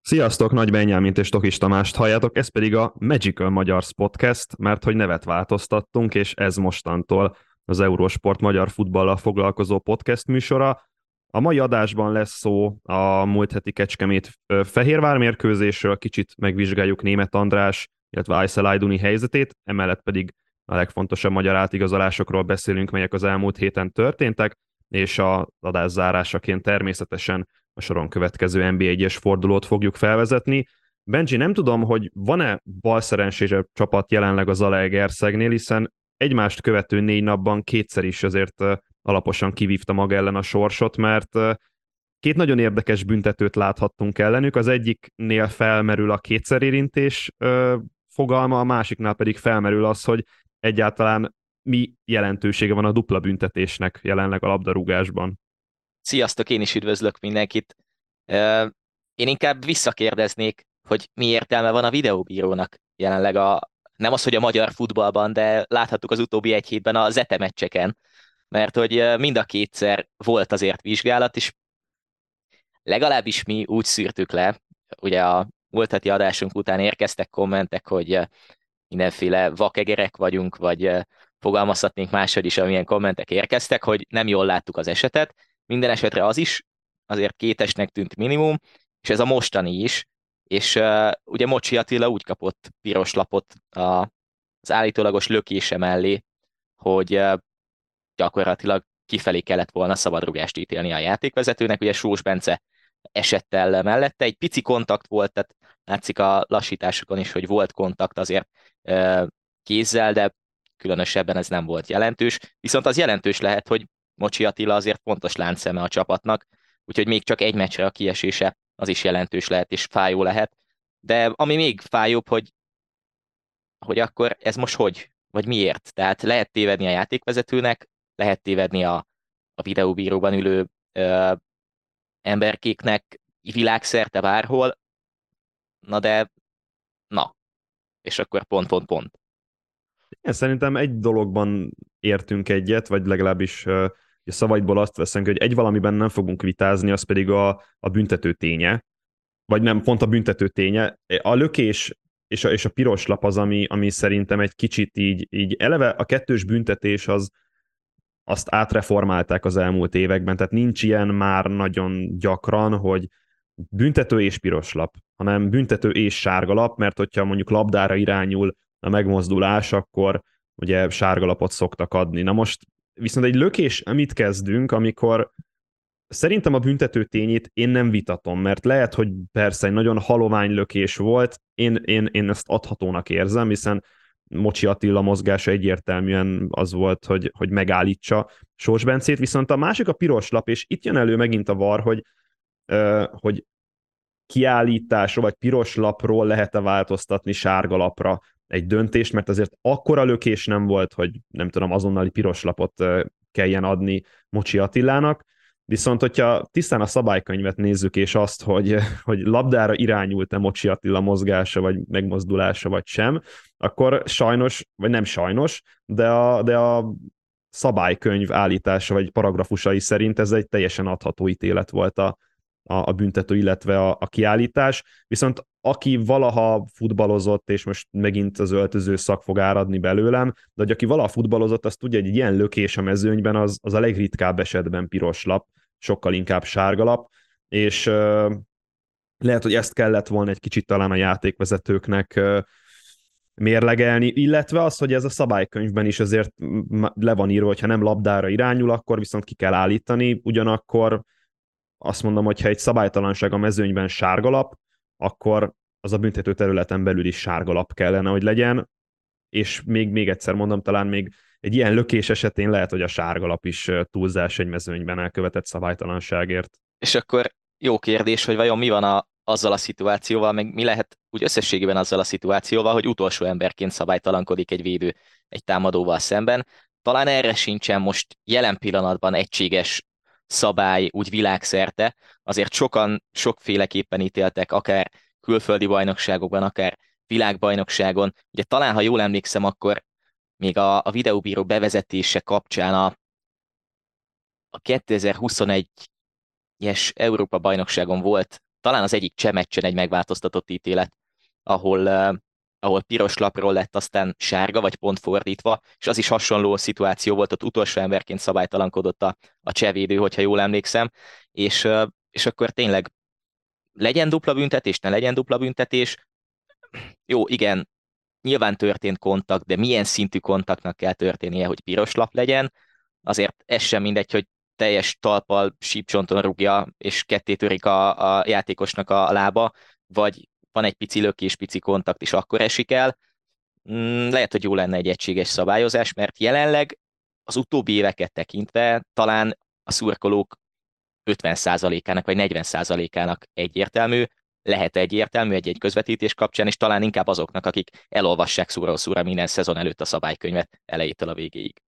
Sziasztok, Nagy Benyámint és Tokis Tamást halljátok, ez pedig a Magical Magyars Podcast, mert hogy nevet változtattunk, és ez mostantól az Eurosport magyar futballal foglalkozó podcast műsora. A mai adásban lesz szó a múlt heti Kecskemét Fehérvár mérkőzésről, kicsit megvizsgáljuk Németh András, illetve Aysel Ayduni helyzetét, emellett pedig a legfontosabb magyar átigazolásokról beszélünk, melyek az elmúlt héten történtek, és az adás zárásaként természetesen a soron következő NBA 1-es fordulót fogjuk felvezetni. Benji, nem tudom, hogy van-e balszerencsésebb csapat jelenleg az Zalaegerszegnél, hiszen egymást követő 4 napban kétszer is azért alaposan kivívta maga ellen a sorsot, mert két nagyon érdekes büntetőt láthattunk ellenük. Az egyiknél felmerül a kétszerérintés fogalma, a másiknál pedig felmerül az, hogy egyáltalán mi jelentősége van a dupla büntetésnek jelenleg a labdarúgásban. Sziasztok, én is üdvözlök mindenkit. Én inkább visszakérdeznék, hogy mi értelme van a videóbírónak jelenleg nem az, hogy a magyar futballban, de láthattuk az utóbbi egy hétben a Zete meccseken, mert hogy mind a kétszer volt azért vizsgálat, és legalábbis mi úgy szűrtük le, ugye a múlt heti adásunk után érkeztek kommentek, hogy mindenféle vakegerek vagyunk, vagy fogalmazhatnénk máshogy is, amilyen kommentek érkeztek, hogy nem jól láttuk az esetet. Minden esetre az is azért kétesnek tűnt minimum, és ez a mostani is, és ugye Mocsi Attila úgy kapott piros lapot az állítólagos lökése mellé, hogy gyakorlatilag kifelé kellett volna szabadrugást ítélni a játékvezetőnek, ugye Sós Bence esett el mellette, egy pici kontakt volt, tehát látszik a lassításokon is, hogy volt kontakt azért kézzel, de különösebben ez nem volt jelentős. Viszont az jelentős lehet, hogy Mocsi Attila azért fontos láncszeme a csapatnak, úgyhogy még csak egy meccsre a kiesése az is jelentős lehet, és fájó lehet. De ami még fájóbb, hogy akkor ez most hogy? Vagy miért? Tehát lehet tévedni a játékvezetőnek, lehet tévedni a videóbíróban ülő ö, emberkéknek világszerte bárhol, na de, na, és akkor pont, pont, pont. Én szerintem egy dologban értünk egyet, vagy legalábbis a szavaidból azt veszünk, hogy egy valamiben nem fogunk vitázni, az pedig a büntető ténye, vagy nem, pont a büntető ténye. A lökés és a piros lap az, ami szerintem egy kicsit így eleve a kettős büntetés azt átreformálták az elmúlt években, tehát nincs ilyen már nagyon gyakran, hogy büntető és piros lap, hanem büntető és sárga lap, mert hogyha mondjuk labdára irányul a megmozdulás, akkor ugye sárga lapot szoktak adni. Na most viszont egy lökés, mit kezdünk, amikor szerintem a büntető tényét én nem vitatom, mert lehet, hogy persze egy nagyon halovány lökés volt, én ezt adhatónak érzem, hiszen Mocsi Attila mozgása egyértelműen az volt, hogy megállítsa Sós Bencét, viszont a másik a piros lap, és itt jön elő megint a VAR, hogy kiállításról vagy piros lapról lehet-e változtatni sárga lapra egy döntést, mert azért akkora lökés nem volt, hogy nem tudom, azonnali piros lapot kelljen adni Mocsi Attilának, viszont hogyha tisztán a szabálykönyvet nézzük, és azt, hogy labdára irányult-e Mocsi Attila mozgása, vagy megmozdulása, vagy sem, akkor sajnos, vagy nem sajnos, de a szabálykönyv állítása, vagy paragrafusai szerint ez egy teljesen adható ítélet volt a büntető, illetve a kiállítás. Viszont aki valaha futballozott, és most megint az öltöző szak fog áradni belőlem, de hogy aki valaha futballozott, azt tudja, hogy egy ilyen lökés a mezőnyben az a legritkább esetben piros lap, sokkal inkább sárga lap, és lehet, hogy ezt kellett volna egy kicsit talán a játékvezetőknek mérlegelni, illetve az, hogy ez a szabálykönyvben is azért le van írva, hogy ha nem labdára irányul, akkor viszont ki kell állítani, ugyanakkor azt mondom, hogy ha egy szabálytalanság a mezőnyben sárgalap, akkor az a büntető területen belül is sárgalap kellene, hogy legyen, és még egyszer mondom, talán még egy ilyen lökés esetén lehet, hogy a sárgalap is túlzás egy mezőnyben elkövetett szabálytalanságért. És akkor jó kérdés, hogy vajon mi van azzal a szituációval, meg mi lehet úgy összességében azzal a szituációval, hogy utolsó emberként szabálytalankodik egy védő egy támadóval szemben. Talán erre sincsen most jelen pillanatban egységes szabály úgy világszerte. Azért sokan sokféleképpen ítéltek, akár külföldi bajnokságokban, akár világbajnokságon. Ugye talán, ha jól emlékszem, akkor még a videóbíró bevezetése kapcsán a 2021-es Európa-bajnokságon volt talán az egyik cseh meccsen egy megváltoztatott ítélet, ahol, ahol piros lapról lett aztán sárga, vagy pont fordítva, és az is hasonló szituáció volt, ott utolsó emberként szabálytalankodott a cseh védő, hogyha jól emlékszem, és akkor tényleg legyen dupla büntetés, ne legyen dupla büntetés. Jó, igen, nyilván történt kontakt, de milyen szintű kontaktnak kell történnie, hogy piros lap legyen, azért ez sem mindegy, hogy teljes talppal sípcsonton rúgja, és ketté törik a játékosnak a lába, vagy van egy pici lökés, pici kontakt, és akkor esik el. Lehet, hogy jó lenne egy egységes szabályozás, mert jelenleg az utóbbi éveket tekintve talán a szurkolók 50%-ának vagy 40%-ának egyértelmű, lehet egyértelmű egy-egy közvetítés kapcsán, és talán inkább azoknak, akik elolvassák szóról szóra minden szezon előtt a szabálykönyvet elejétől a végéig.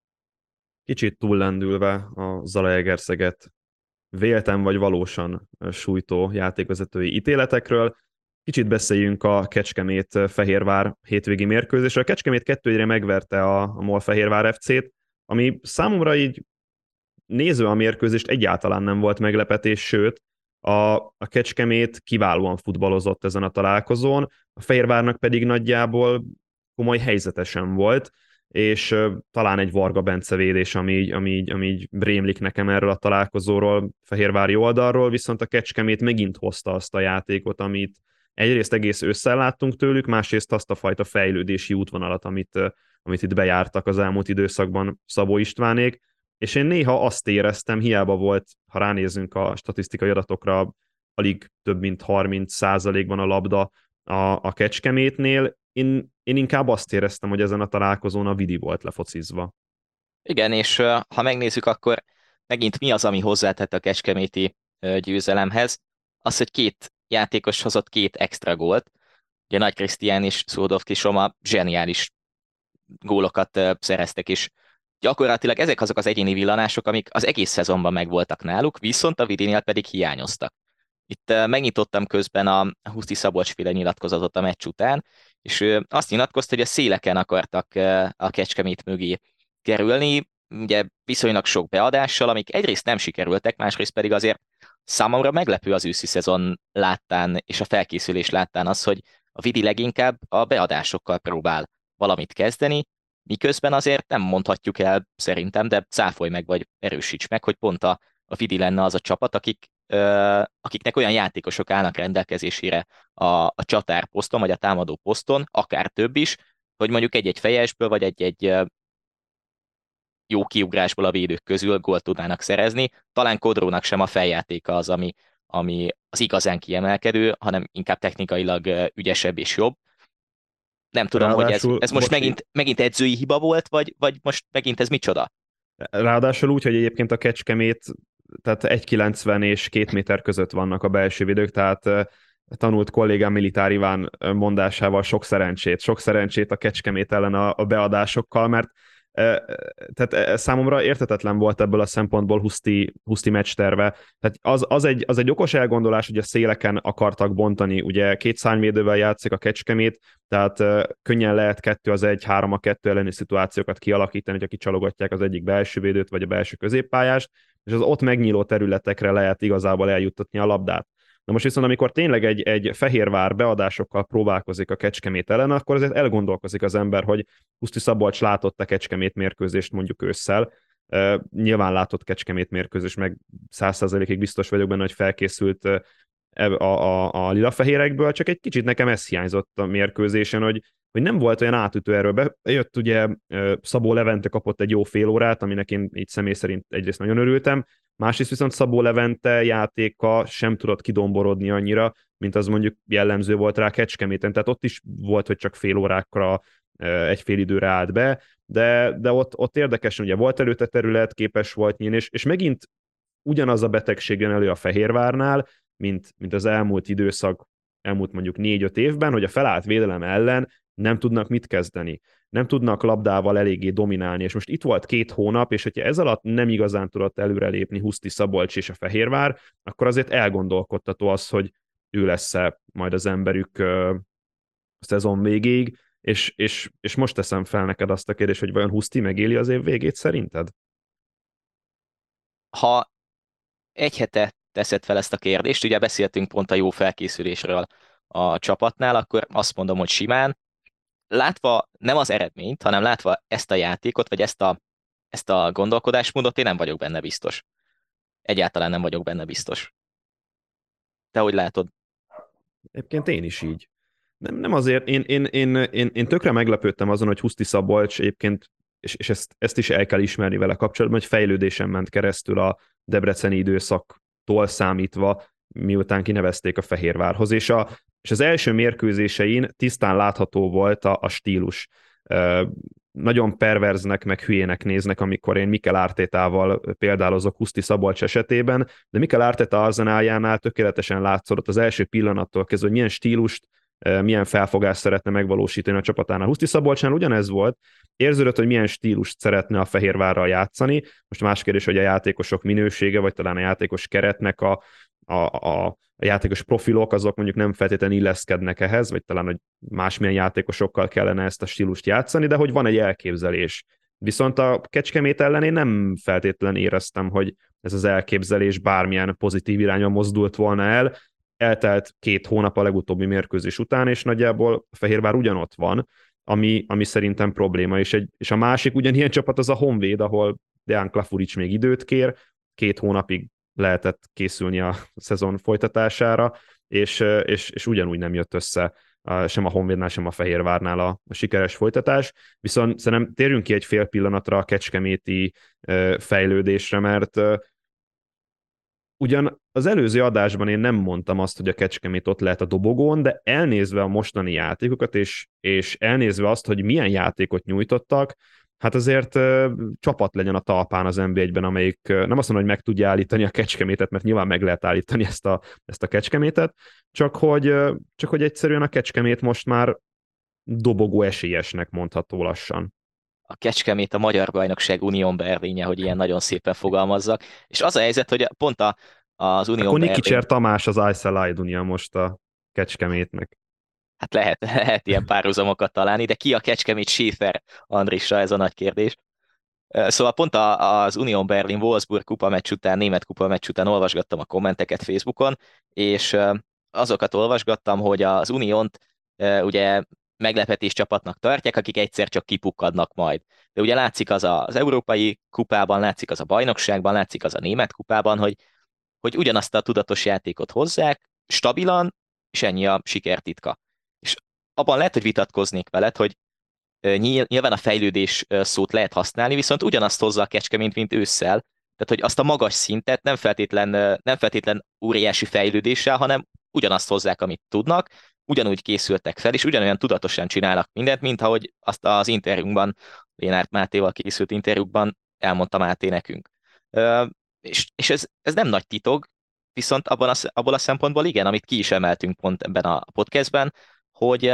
Kicsit túllendülve a Zalaegerszeget vélten vagy valósan sújtó játékvezetői ítéletekről. Kicsit beszéljünk a Kecskemét-Fehérvár hétvégi mérkőzésről. A Kecskemét 2-1-re megverte a MOL Fehérvár FC-t, ami számomra így nézve a mérkőzést egyáltalán nem volt meglepetés, sőt, a Kecskemét kiválóan futballozott ezen a találkozón, a Fehérvárnak pedig nagyjából komoly helyzetesen volt, és talán egy Varga Bence védés, ami így rémlik nekem erről a találkozóról, fehérvári oldalról, viszont a Kecskemét megint hozta azt a játékot, amit egyrészt egész ősszel láttunk tőlük, másrészt azt a fajta fejlődési útvonalat, amit itt bejártak az elmúlt időszakban Szabó Istvánék, és én néha azt éreztem, hiába volt, ha ránézzünk a statisztikai adatokra, alig több mint 30%-ban a labda a Kecskemétnél, én inkább azt éreztem, hogy ezen a találkozón a Vidi volt lefocizva. Igen, és ha megnézzük, akkor megint mi az, ami hozzátett a kecskeméti győzelemhez? Az, hogy két játékos hozott két extra gólt. Ugye Nagy Krisztián és Szódovki Soma zseniális gólokat szereztek, és gyakorlatilag ezek azok az egyéni villanások, amik az egész szezonban megvoltak náluk, viszont a Vidinél pedig hiányoztak. Itt megnyitottam közben a Huszti Szabolcs-féle nyilatkozatot a meccs után, és ő azt nyilatkozta, hogy a széleken akartak a Kecskemét mögé kerülni, ugye viszonylag sok beadással, amik egyrészt nem sikerültek, másrészt pedig azért számomra meglepő az őszi szezon láttán és a felkészülés láttán az, hogy a Vidi leginkább a beadásokkal próbál valamit kezdeni, miközben azért nem mondhatjuk el szerintem, de cáfolj meg vagy erősíts meg, hogy pont a Vidi lenne az a csapat, akiknek olyan játékosok állnak rendelkezésére a csatárposzton, vagy a támadó poszton, akár több is, hogy mondjuk egy-egy fejesből, vagy egy-egy jó kiugrásból a védők közül gólt tudnának szerezni. Talán Kodrónak sem a feljátéka az, ami az igazán kiemelkedő, hanem inkább technikailag ügyesebb és jobb. Nem tudom, hogy Ráadásul ez most megint edzői hiba volt, vagy most megint ez micsoda? Ráadásul úgy, hogy egyébként a Kecskemét, tehát 1,90 és 2 méter között vannak a belső védők, tehát tanult kollégám Militár Iván mondásával sok szerencsét a Kecskemét ellen a beadásokkal, mert tehát számomra értetetlen volt ebből a szempontból Huszti meccs terve. Tehát az egy okos elgondolás, hogy a széleken akartak bontani, ugye két szárnyvédővel játszik a Kecskemét, tehát könnyen lehet 2-1, 3-2 elleni szituációkat kialakítani, hogy kicsalogatják az egyik belső védőt, vagy a belső középpályást, és az ott megnyíló területekre lehet igazából eljuttatni a labdát. Na most viszont, amikor tényleg egy Fehérvár beadásokkal próbálkozik a Kecskemét ellen, akkor azért elgondolkozik az ember, hogy Huszti Szabolcs látott a Kecskemét mérkőzést mondjuk ősszel, nyilván látott Kecskemét mérkőzést, meg 100%-ig biztos vagyok benne, hogy felkészült a lilafehérekből, csak egy kicsit nekem ez hiányzott a mérkőzésen, hogy nem volt olyan átütő erről. Bejött ugye Szabó Levente kapott egy jó fél órát, aminek én így személy szerint egyrészt nagyon örültem, másrészt viszont Szabó Levente játéka sem tudott kidomborodni annyira, mint az mondjuk jellemző volt rá Kecskeméten, tehát ott is volt, hogy csak fél órákra, egy fél időre állt be, de ott érdekesen ugye volt előtte terület, képes volt nyílni, és megint ugyanaz a betegség jön elő a Fehérvárnál, mint az elmúlt időszak, elmúlt mondjuk 4-5 évben, hogy a felállt védelem ellen nem tudnak mit kezdeni. Nem tudnak labdával eléggé dominálni, és most itt volt 2 hónap, és hogyha ez alatt nem igazán tudott előrelépni Huszti Szabolcs és a Fehérvár, akkor azért elgondolkodtató az, hogy ő lesz-e majd az emberük a szezon végéig, és most teszem fel neked azt a kérdést, hogy vajon Huszti megéli az év végét szerinted? Ha egy hete teszed fel ezt a kérdést, ugye beszéltünk pont a jó felkészülésről a csapatnál, akkor azt mondom, hogy simán, látva nem az eredményt, hanem látva ezt a játékot, vagy ezt a gondolkodásmódot, én nem vagyok benne biztos. Egyáltalán nem vagyok benne biztos. Te hogy látod? Egyébként én is így. Nem azért, én tökre meglepődtem azon, hogy Huszti Szabolcs egyébként, és ezt is el kell ismerni vele kapcsolatban, hogy fejlődésen ment keresztül a debreceni időszaktól számítva, miután kinevezték a Fehérvárhoz, és az első mérkőzésein tisztán látható volt a stílus. Nagyon perverznek, meg hülyének néznek, amikor én Mikel Artetával példálozok Huszti Szabolcs esetében, de Mikel Arteta arzenáljánál tökéletesen látszott az első pillanattól kezdve, hogy milyen stílust, milyen felfogást szeretne megvalósítani a csapatánál. Huszti Szabolcsnál ugyanez volt, érződött, hogy milyen stílust szeretne a Fehérvárral játszani. Most más kérdés, hogy a játékosok minősége, vagy talán a játékos keretnek a játékos profilok, azok mondjuk nem feltétlenül illeszkednek ehhez, vagy talán, hogy másmilyen játékosokkal kellene ezt a stílust játszani, de hogy van egy elképzelés. Viszont a Kecskemét ellen én nem feltétlenül éreztem, hogy ez az elképzelés bármilyen pozitív irányba mozdult volna el. Eltelt 2 hónap a legutóbbi mérkőzés után, és nagyjából a Fehérvár ugyanott van, ami szerintem probléma. És a másik ugyanilyen csapat az a Honvéd, ahol Dejan Klafuric még időt kér, 2 hónapig lehetett készülni a szezon folytatására, és ugyanúgy nem jött össze sem a Honvédnál, sem a Fehérvárnál a sikeres folytatás. Viszont szerintem térjünk ki egy fél pillanatra a kecskeméti fejlődésre, mert ugyan az előző adásban én nem mondtam azt, hogy a Kecskemét ott lehet a dobogón, de elnézve a mostani játékokat, és elnézve azt, hogy milyen játékot nyújtottak, hát azért csapat legyen a talpán az NB1-ben, amelyik nem azt mondom, hogy meg tudja állítani a Kecskemétet, mert nyilván meg lehet állítani ezt a Kecskemétet, csak hogy egyszerűen a Kecskemét most már dobogó esélyesnek mondható lassan. A Kecskemét a Magyar Bajnokság Unión Berlinje, hogy ilyen nagyon szépen fogalmazzak. És az a helyzet, hogy pont az Unión Akkor Berlin... Nikicser Tamás az Aysel Aidunia most a Kecskemétnek. Hát lehet ilyen párhuzamokat találni, de ki a Kecskemét Schäfer Andrissra, ez a nagy kérdés. Szóval pont az Unión Berlin Wolfsburg kupa meccs után, német kupa meccs után olvasgattam a kommenteket Facebookon, és azokat olvasgattam, hogy az Uniónt ugye meglepetés csapatnak tartják, akik egyszer csak kipukkadnak majd. De ugye látszik az Európai kupában, látszik az a bajnokságban, látszik az a német kupában, hogy ugyanazt a tudatos játékot hozzák, stabilan, és ennyi a sikertitka. És abban lehet, hogy vitatkoznék veled, hogy nyilván a fejlődés szót lehet használni, viszont ugyanazt hozza a Kecskemét, mint ősszel, tehát hogy azt a magas szintet nem feltétlen óriási fejlődéssel, hanem ugyanazt hozzák, amit tudnak, ugyanúgy készültek fel, és ugyanolyan tudatosan csinálnak mindent, mint ahogy azt az interjúnkban, Lénárt Mátéval készült interjúkban elmondta Máté nekünk. És ez nem nagy titok, viszont abból a szempontból igen, amit ki is emeltünk pont ebben a podcastben, hogy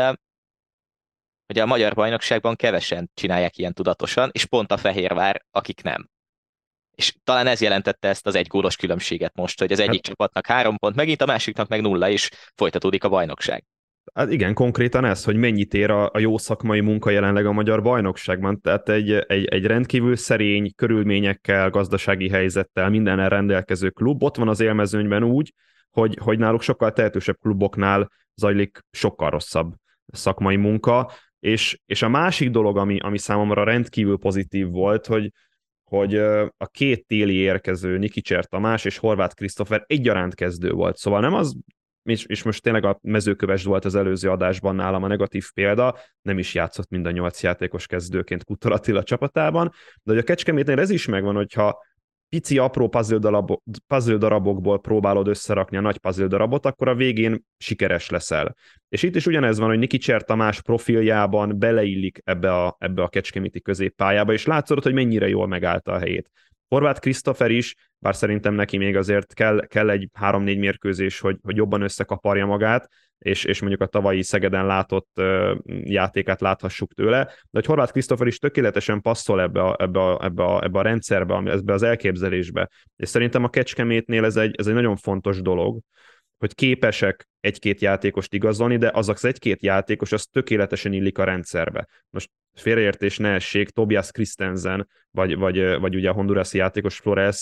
a magyar bajnokságban kevesen csinálják ilyen tudatosan, és pont a Fehérvár, akik nem. És talán ez jelentette ezt az 1 gólos különbséget most, hogy az egyik csapatnak 3 pont megint, a másiknak meg 0, és folytatódik a bajnokság. Hát igen, konkrétan ez, hogy mennyit ér a jó szakmai munka jelenleg a magyar bajnokságban. Tehát egy rendkívül szerény körülményekkel, gazdasági helyzettel, mindennel rendelkező klub ott van az élmezőnyben úgy, hogy náluk sokkal tehetősebb kluboknál zajlik sokkal rosszabb szakmai munka, és a másik dolog, ami számomra rendkívül pozitív volt, hogy a 2 téli érkező Nikicser Tamás és Horváth Krisztófer egyaránt kezdő volt. Szóval nem az, és most tényleg a Mezőkövesd volt az előző adásban nálam a negatív példa, nem is játszott mind a 8 játékos kezdőként Kutor Attila csapatában, de hogy a Kecskemétnél ez is megvan, hogyha pici, apró puzzle darabokból próbálod összerakni a nagy puzzle darabot, akkor a végén sikeres leszel. És itt is ugyanez van, hogy Nikicser Tamás profiljában beleillik ebbe a kecskeméti középpályába, és látszott, hogy mennyire jól megállta a helyét. Horváth Krisztófer is, bár szerintem neki még azért kell egy 3-4 mérkőzés, hogy jobban összekaparja magát, és mondjuk a tavalyi Szegeden látott játékát láthassuk tőle, de hogy Horváth Krisztófer is tökéletesen passzol ebbe a rendszerbe, ebbe az elképzelésbe. És szerintem a Kecskemétnél ez egy nagyon fontos dolog, hogy képesek 1-2 játékost igazolni, de az 1-2 játékos az tökéletesen illik a rendszerbe. Most félreértés ne essék, Tobias Christensen, vagy ugye a hondurasi játékos Flores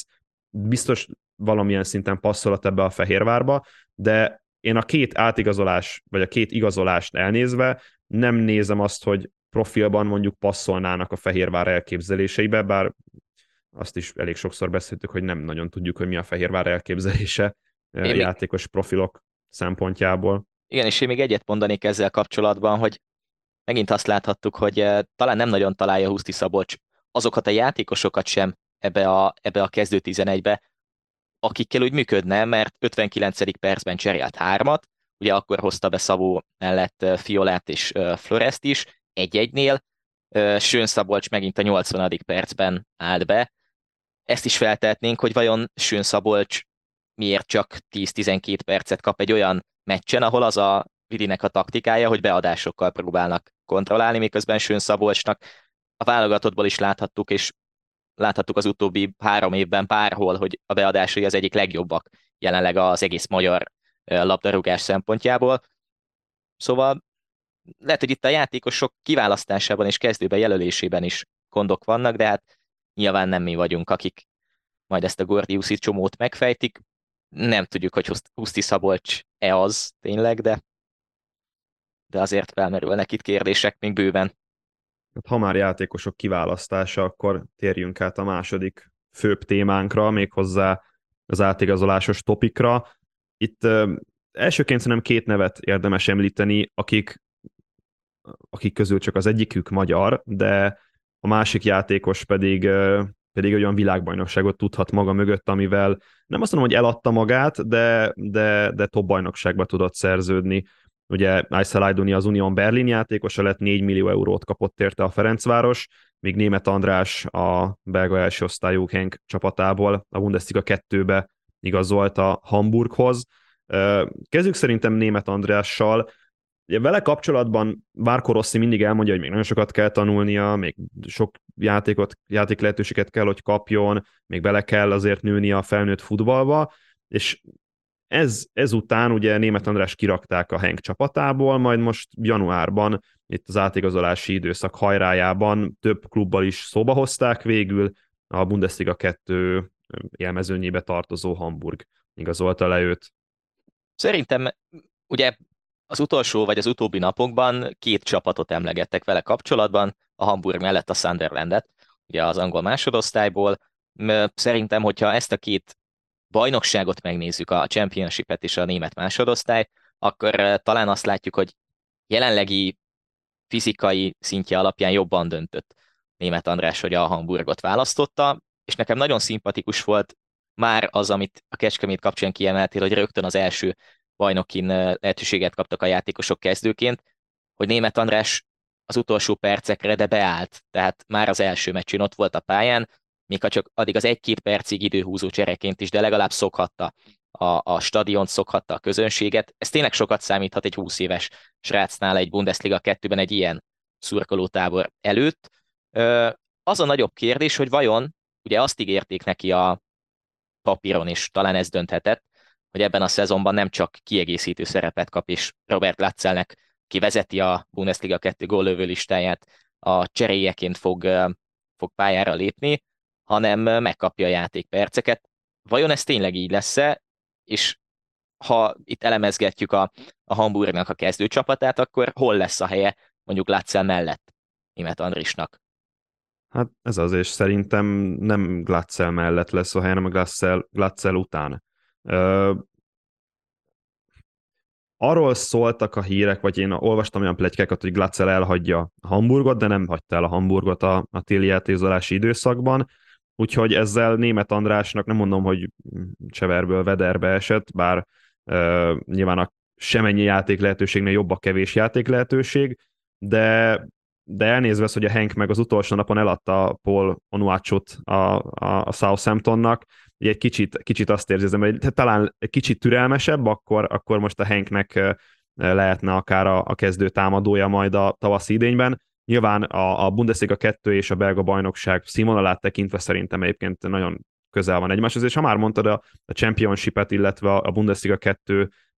biztos valamilyen szinten passzolhat ebbe a Fehérvárba, de én a két átigazolás, vagy a két igazolást elnézve nem nézem azt, hogy profilban mondjuk passzolnának a Fehérvár elképzeléseibe, bár azt is elég sokszor beszéltük, hogy nem nagyon tudjuk, hogy mi a Fehérvár elképzelése Én még, játékos profilok szempontjából. igen, és én még egyet mondanék ezzel kapcsolatban, hogy megint azt láthattuk, hogy talán nem nagyon találja Huszti Szabolcs azokat a játékosokat sem ebbe a kezdő 11-be, akikkel úgy működne, mert 59. percben cserélt hármat, ugye akkor hozta be Szabó mellett Fiolát és Floreszt is, 1-1-nél, Schön Szabolcs megint a 80. percben állt be. Ezt is feltehetnénk, hogy vajon Schön Szabolcs miért csak 10-12 percet kap egy olyan meccsen, ahol az a Vidinek a taktikája, hogy beadásokkal próbálnak kontrollálni, miközben Schön Szabolcsnak a válogatottból is láthattuk, és láthattuk az utóbbi 3 évben párhol, hogy a beadásai az egyik legjobbak jelenleg az egész magyar labdarúgás szempontjából. Szóval lehet, hogy itt a játékosok kiválasztásában és kezdőben jelölésében is gondok vannak, de hát nyilván nem mi vagyunk, akik majd ezt a Gordiuszi csomót megfejtik. Nem tudjuk, hogy Huszti Szabolcs-e az tényleg, de azért felmerülnek itt kérdések még bőven. Ha már játékosok kiválasztása, akkor térjünk át a második főbb témánkra, méghozzá az átigazolásos topikra. Itt elsőként szerintem 2 nevet érdemes említeni, akik közül csak az egyikük magyar, de a másik játékos pedig olyan világbajnokságot tudhat maga mögött, amivel nem azt mondom, hogy eladta magát, de top bajnokságba tudott szerződni. Ugye Aysel Ayduni az Union Berlin játékosa lett, 4 millió eurót kapott érte a Ferencváros, míg Németh András a belga első osztályú Genk csapatából a Bundesliga 2-be igazolt a Hamburghoz. Kezdjük szerintem Németh Andrással. Ugye vele kapcsolatban Várko Rossi mindig elmondja, hogy még nagyon sokat kell tanulnia, még sok játék lehetőséget kell, hogy kapjon, még bele kell azért nőni a felnőtt futballba, és ezután ugye Németh András kirakták a Henk csapatából, majd most januárban itt az átigazolási időszak hajrájában több klubbal is szóba hozták, végül a Bundesliga 2 élmezőnyébe tartozó Hamburg igazolta le őt. Szerintem ugye az utolsó vagy az utóbbi napokban 2 csapatot emlegettek vele kapcsolatban, a Hamburg mellett a Sunderlandet, ugye az angol másodosztályból. Szerintem, hogyha ezt a 2 bajnokságot megnézzük, a Championship-et és a német másodosztály, akkor talán azt látjuk, hogy jelenlegi fizikai szintje alapján jobban döntött Németh András, hogy a Hamburgot választotta, és nekem nagyon szimpatikus volt már az, amit a Kecskemét kapcsán kiemeltél, hogy rögtön az első bajnokin lehetőséget kaptak a játékosok kezdőként, hogy Németh András az utolsó percekre de beállt, tehát már az első meccsén ott volt a pályán, még ha csak addig az 1-2 percig időhúzó csereként is, de legalább szokhatta a stadiont, szokhatta a közönséget. Ez tényleg sokat számíthat egy 20 éves srácnál egy Bundesliga 2-ben egy ilyen szurkolótábor előtt. Az a nagyobb kérdés, hogy vajon, ugye azt ígérték neki a papíron is, talán ez dönthetett, hogy ebben a szezonban nem csak kiegészítő szerepet kap, és Robert Latzelnek, ki vezeti a Bundesliga 2 góllövő listáját, a cseréjeként fog pályára lépni, hanem megkapja a játékperceket. Vajon ez tényleg így lesz-e? És ha itt elemezgetjük a Hamburgnak a kezdőcsapatát, akkor hol lesz a helye mondjuk Latzel mellett Németh Andrisnak? Hát ez az, és szerintem nem Glatzel mellett lesz a hely, hanem a Glatzel után. Arról szóltak a hírek, vagy én olvastam olyan pletykákat, hogy Glatzel elhagyja a Hamburgot, de nem hagyta el a Hamburgot a téli átigazolási időszakban, úgyhogy ezzel Németh Andrásnak nem mondom, hogy Cseverből Vederbe esett, bár nyilván a semennyi játék lehetőségnél jobb a kevés játék lehetőség, de elnézve az, hogy a Henk meg az utolsó napon eladta Paul Onuachot a Southamptonnak, így egy kicsit azt érzem, hogy talán egy kicsit türelmesebb, akkor most a Henknek lehetne akár a kezdő támadója majd a tavaszi idényben. Nyilván a Bundesliga 2 és a belga bajnokság színvonalát tekintve szerintem egyébként nagyon közel van egymáshoz, és ha már mondtad a Championship-et, illetve a Bundesliga 2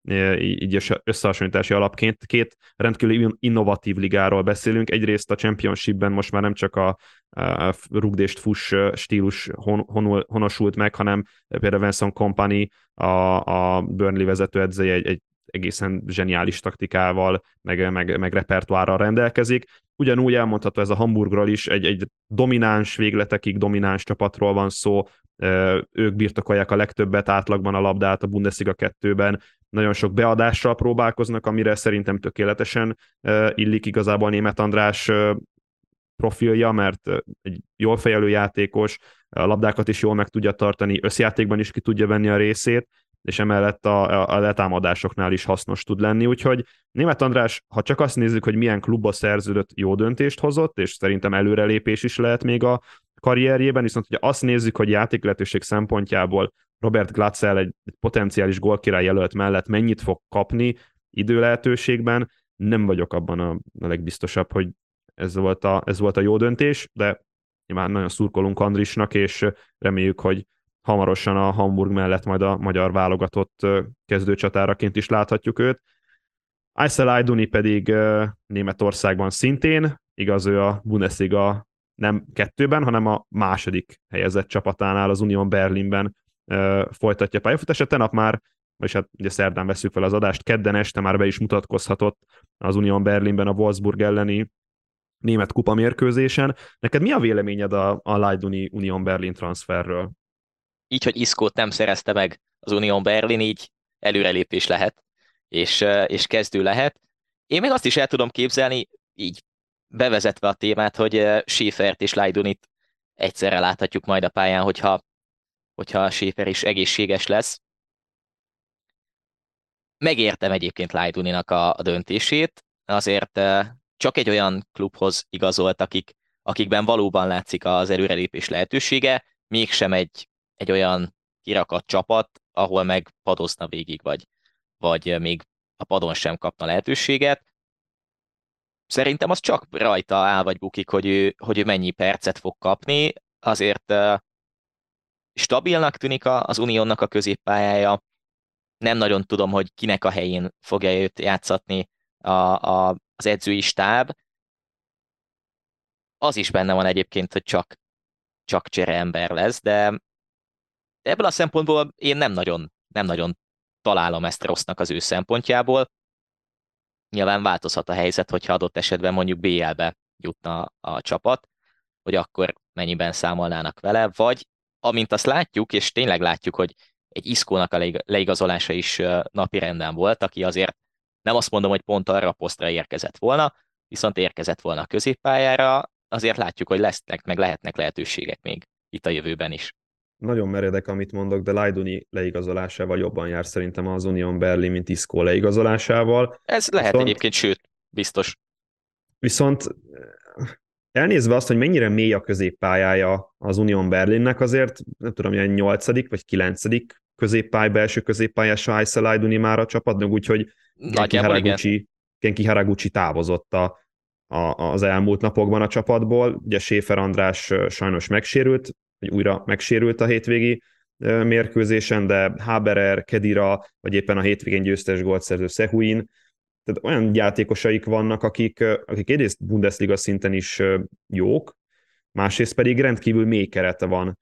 így összehasonlítási alapként. Két rendkívül innovatív ligáról beszélünk. Egyrészt a Championshipben most már nem csak a rugdést fuss stílus honosult meg, hanem például Vincent Kompany, a Burnley vezetőedzője egy egészen zseniális taktikával, meg repertoárral rendelkezik. Ugyanúgy elmondható ez a Hamburgról is, egy domináns végletekig domináns csapatról van szó, ők birtokolják a legtöbbet átlagban a labdát a Bundesliga 2-ben, nagyon sok beadással próbálkoznak, amire szerintem tökéletesen illik igazából Németh András profilja, mert egy jól fejelő játékos, a labdákat is jól meg tudja tartani, összjátékban is ki tudja venni a részét, és emellett a letámadásoknál is hasznos tud lenni, úgyhogy Németh András, ha csak azt nézzük, hogy milyen klubba szerződött, jó döntést hozott, és szerintem előrelépés is lehet még a karrierjében, viszont hogyha azt nézzük, hogy játéklehetőség szempontjából Robert Glatzel egy potenciális gólkirály jelölt mellett mennyit fog kapni időlehetőségben, nem vagyok abban a legbiztosabb, hogy ez volt a jó döntés, de nyilván nagyon szurkolunk Andrisnak, és reméljük, hogy hamarosan a Hamburg mellett majd a magyar válogatott kezdőcsatáraként is láthatjuk őt. Aysel Ayduni pedig Németországban szintén, igaz, ő a Bundesliga nem 2-ben, hanem a második helyezett csapatánál, az Union Berlinben folytatja pályafutását. Tegnap már, vagyis hát ugye szerdán veszük fel az adást, kedden este már be is mutatkozhatott az Union Berlinben a Wolfsburg elleni német kupa mérkőzésen. Neked mi a véleményed a Ayduni Union Berlin transferről? Így, hogy Iszkót nem szerezte meg az Union Berlin, így előrelépés lehet, és kezdő lehet. Én még azt is el tudom képzelni, így bevezetve a témát, hogy Schäfert és Lajdunit egyszerre láthatjuk majd a pályán, hogyha Schäfer is egészséges lesz. Megértem egyébként Lajduninak a döntését, azért csak egy olyan klubhoz igazolt, akikben valóban látszik az előrelépés lehetősége, mégsem egy olyan kirakat csapat, ahol meg padozna végig, vagy még a padon sem kapna lehetőséget. Szerintem az csak rajta áll vagy bukik, hogy ő mennyi percet fog kapni. Azért stabilnak tűnik az Unionnak a középpályája. Nem nagyon tudom, hogy kinek a helyén fogja őt játszatni az edzői stáb. Az is benne van egyébként, hogy csak csereember lesz, de ebből a szempontból én nem nagyon találom ezt rossznak az ő szempontjából. Nyilván változhat a helyzet, hogyha adott esetben mondjuk BL-be jutna a csapat, hogy akkor mennyiben számolnának vele, vagy amint azt látjuk, és tényleg látjuk, hogy egy Iszkónak a leigazolása is napirenden volt, aki azért nem azt mondom, hogy pont arra a posztra érkezett volna, viszont érkezett volna a középpályára, azért látjuk, hogy lesznek, meg lehetnek lehetőségek még itt a jövőben is. Nagyon meredek, amit mondok, de Lajduni leigazolásával jobban jár szerintem az Union Berlin, mint Isco leigazolásával. Ez lehet egyébként, sőt, biztos. Viszont elnézve azt, hogy mennyire mély a középpályája az Union Berlinnek, azért nem tudom, ilyen 8. vagy 9. belső középpályás Aysel Ayduni már a csapatnak, úgyhogy Genki Haraguchi távozott az elmúlt napokban a csapatból. Ugye Schäfer András sajnos megsérült, vagy újra megsérült a hétvégi mérkőzésen, de Haberer, Kedira, vagy éppen a hétvégén győztes gólt szerző Sehuin, tehát olyan játékosaik vannak, akik egyrészt Bundesliga szinten is jók, másrészt pedig rendkívül mély kerete van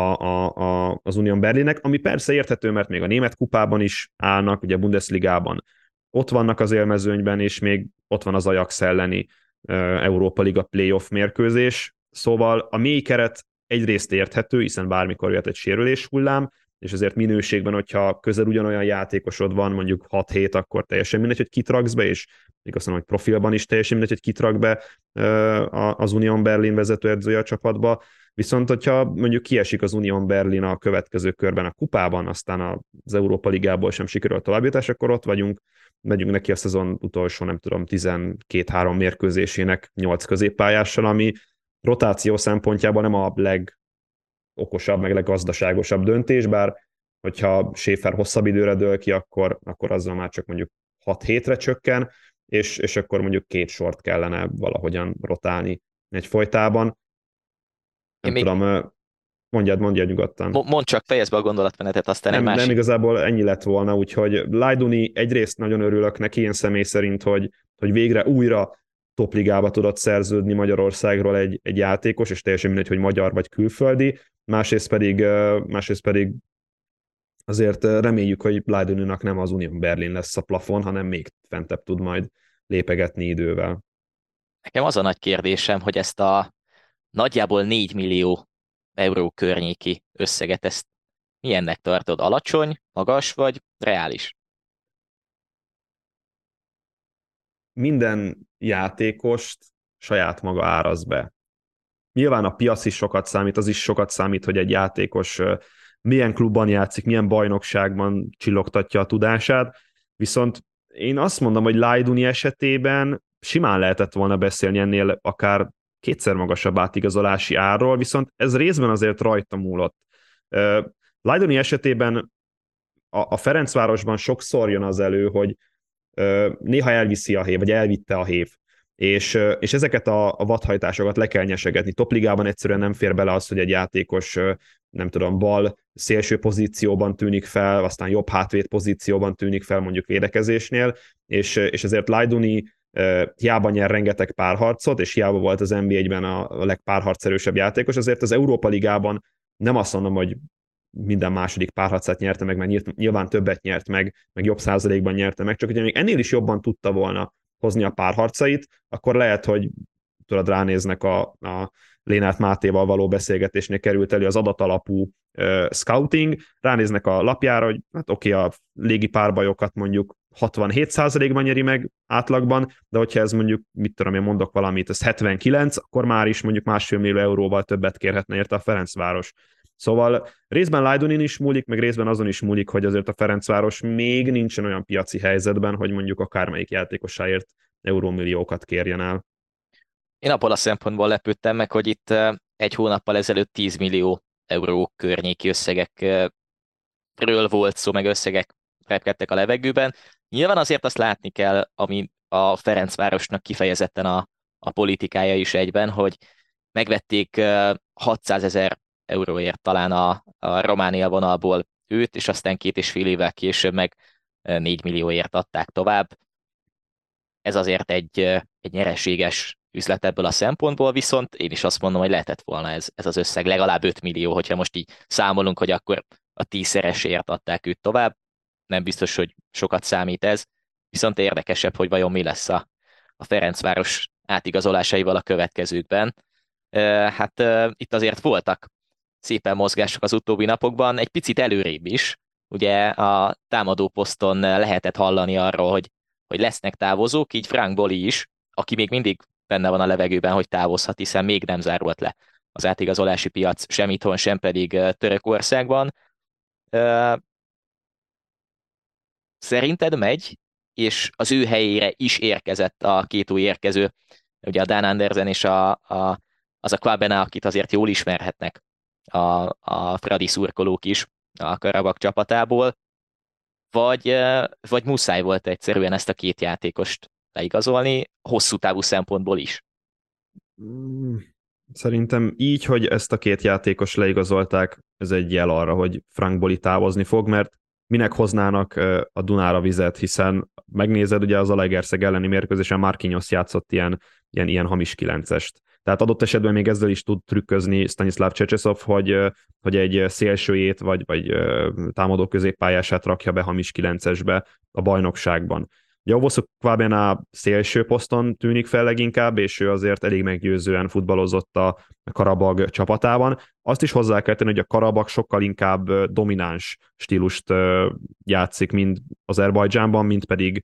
az Union Berlinnek, ami persze érthető, mert még a német kupában is állnak, ugye a Bundesligában ott vannak az élmezőnyben, és még ott van az Ajax elleni Európa Liga playoff mérkőzés, szóval a mély keret egyrészt érthető, hiszen bármikor jöhet egy sérülés hullám, és azért minőségben, hogyha közel ugyanolyan játékosod van, mondjuk 6-7, akkor teljesen mindegy, hogy kit raksz be, és még azt mondom, hogy profilban is teljesen mindegy, hogy kit rak be az Union Berlin vezetőedzője a csapatba, viszont hogyha mondjuk kiesik az Union Berlin a következő körben a kupában, aztán az Európa Ligából sem sikerül a továbbjutás, akkor ott vagyunk, megyünk neki a szezon utolsó, nem tudom, 12-3 mérkőzésének 8 középpályással, ami rotáció szempontjából nem a legokosabb, meg leggazdaságosabb döntés, bár hogyha Schäfer hosszabb időre dől ki, akkor azzal már csak mondjuk 6 hétre csökken, és akkor mondjuk 2 sort kellene valahogyan rotálni egyfolytában. Nem tudom, Mondjad nyugodtan. Mondd csak, fejezd be a gondolatmenetet, aztán egy Nem másik. igazából ennyi lett volna, úgyhogy Lajduni egyrészt nagyon örülök neki, én személy szerint, hogy végre újra topligába tudott szerződni Magyarországról egy játékos, és teljesen mindegy, hogy magyar vagy külföldi, másrészt pedig azért reméljük, hogy Lajduninak nem az Union Berlin lesz a plafon, hanem még fentebb tud majd lépegetni idővel. Nekem az a nagy kérdésem, hogy ezt a nagyjából 4 millió euró környéki összeget, ezt milyennek tartod? Alacsony, magas vagy reális? Minden játékost saját maga áraz be. Nyilván a piac is sokat számít, az is sokat számít, hogy egy játékos milyen klubban játszik, milyen bajnokságban csillogtatja a tudását, viszont én azt mondom, hogy Lajduni esetében simán lehetett volna beszélni ennél akár kétszer magasabb átigazolási árról, viszont ez részben azért rajta múlott. Lajduni esetében a Ferencvárosban sokszor jön az elő, hogy néha elviszi a hév, vagy elvitte a hév, és ezeket a vadhajtásokat le kell nyesegetni. Topligában egyszerűen nem fér bele az, hogy egy játékos, nem tudom, bal szélső pozícióban tűnik fel, aztán jobb hátvéd pozícióban tűnik fel mondjuk védekezésnél, és ezért Lajduni hiába nyer rengeteg párharcot, és hiába volt az NB1-ben a legpárharcerősebb játékos, azért az Európa Ligában nem azt mondom, hogy minden második párharcát nyerte meg, mert nyilván többet nyert meg jobb százalékban nyerte meg, csak hogyha még ennél is jobban tudta volna hozni a párharcait, akkor lehet, hogy tudod, ránéznek a Lénát Mátéval való beszélgetésnél került elő az adatalapú scouting, ránéznek a lapjára, hogy hát oké, a légi párbajokat mondjuk 67%-ban nyeri meg átlagban, de hogyha ez mondjuk, mit tudom én, mondok valamit, ez 79, akkor már is mondjuk 1,5 millió euróval többet kérhetne érte a Ferencváros. Szóval részben Lajdonin is múlik, meg részben azon is múlik, hogy azért a Ferencváros még nincsen olyan piaci helyzetben, hogy mondjuk akármelyik játékosáért eurómilliókat kérjen el. Én abból a szempontból lepődtem meg, hogy itt egy hónappal ezelőtt 10 millió euró környéki összegekről volt szó, meg összegek repkedtek a levegőben. Nyilván azért azt látni kell, ami a Ferencvárosnak kifejezetten a politikája is egyben, hogy megvették 600 000 euróért talán a Románia vonalból őt, és aztán 2,5 évvel később meg 4 millióért adták tovább. Ez azért egy nyereséges üzlet ebből a szempontból, viszont én is azt mondom, hogy lehetett volna ez az összeg legalább 5 millió, hogyha most így számolunk, hogy akkor a 10-szereséért adták őt tovább. Nem biztos, hogy sokat számít ez, viszont érdekesebb, hogy vajon mi lesz a Ferencváros átigazolásaival a következőkben. Hát itt azért voltak szépen mozgások az utóbbi napokban, egy picit előrébb is. Ugye a támadó poszton lehetett hallani arról, hogy lesznek távozók, így Frank Boli is, aki még mindig benne van a levegőben, hogy távozhat, hiszen még nem zárult le az átigazolási piac sem itthon, sem pedig Törökországban. Szerinted megy, és az ő helyére is érkezett a két új érkező, ugye a Dan Andersen és az a Kwabena, akit azért jól ismerhetnek a Fradi szurkolók is a Karabag csapatából, vagy muszáj volt egyszerűen ezt a két játékost leigazolni, hosszú távú szempontból is. Szerintem így, hogy ezt a két játékos leigazolták, ez egy jel arra, hogy Frank Boli távozni fog, mert minek hoznának a Dunára vizet, hiszen megnézed, ugye az Zalaegerszeg elleni mérkőzésen Marquinhos játszott ilyen hamis kilencest. Tehát adott esetben még ezzel is tud trükközni Stanislav Csercseszov, hogy egy szélsőjét vagy támadó középpályását rakja be hamis kilencesbe a bajnokságban. Ugye Ovoszuk Kwabena szélső poszton tűnik fel leginkább, és ő azért elég meggyőzően futballozott a Karabag csapatában. Azt is hozzá kell tenni, hogy a Karabag sokkal inkább domináns stílust játszik, mind Azerbajdzsánban, mind pedig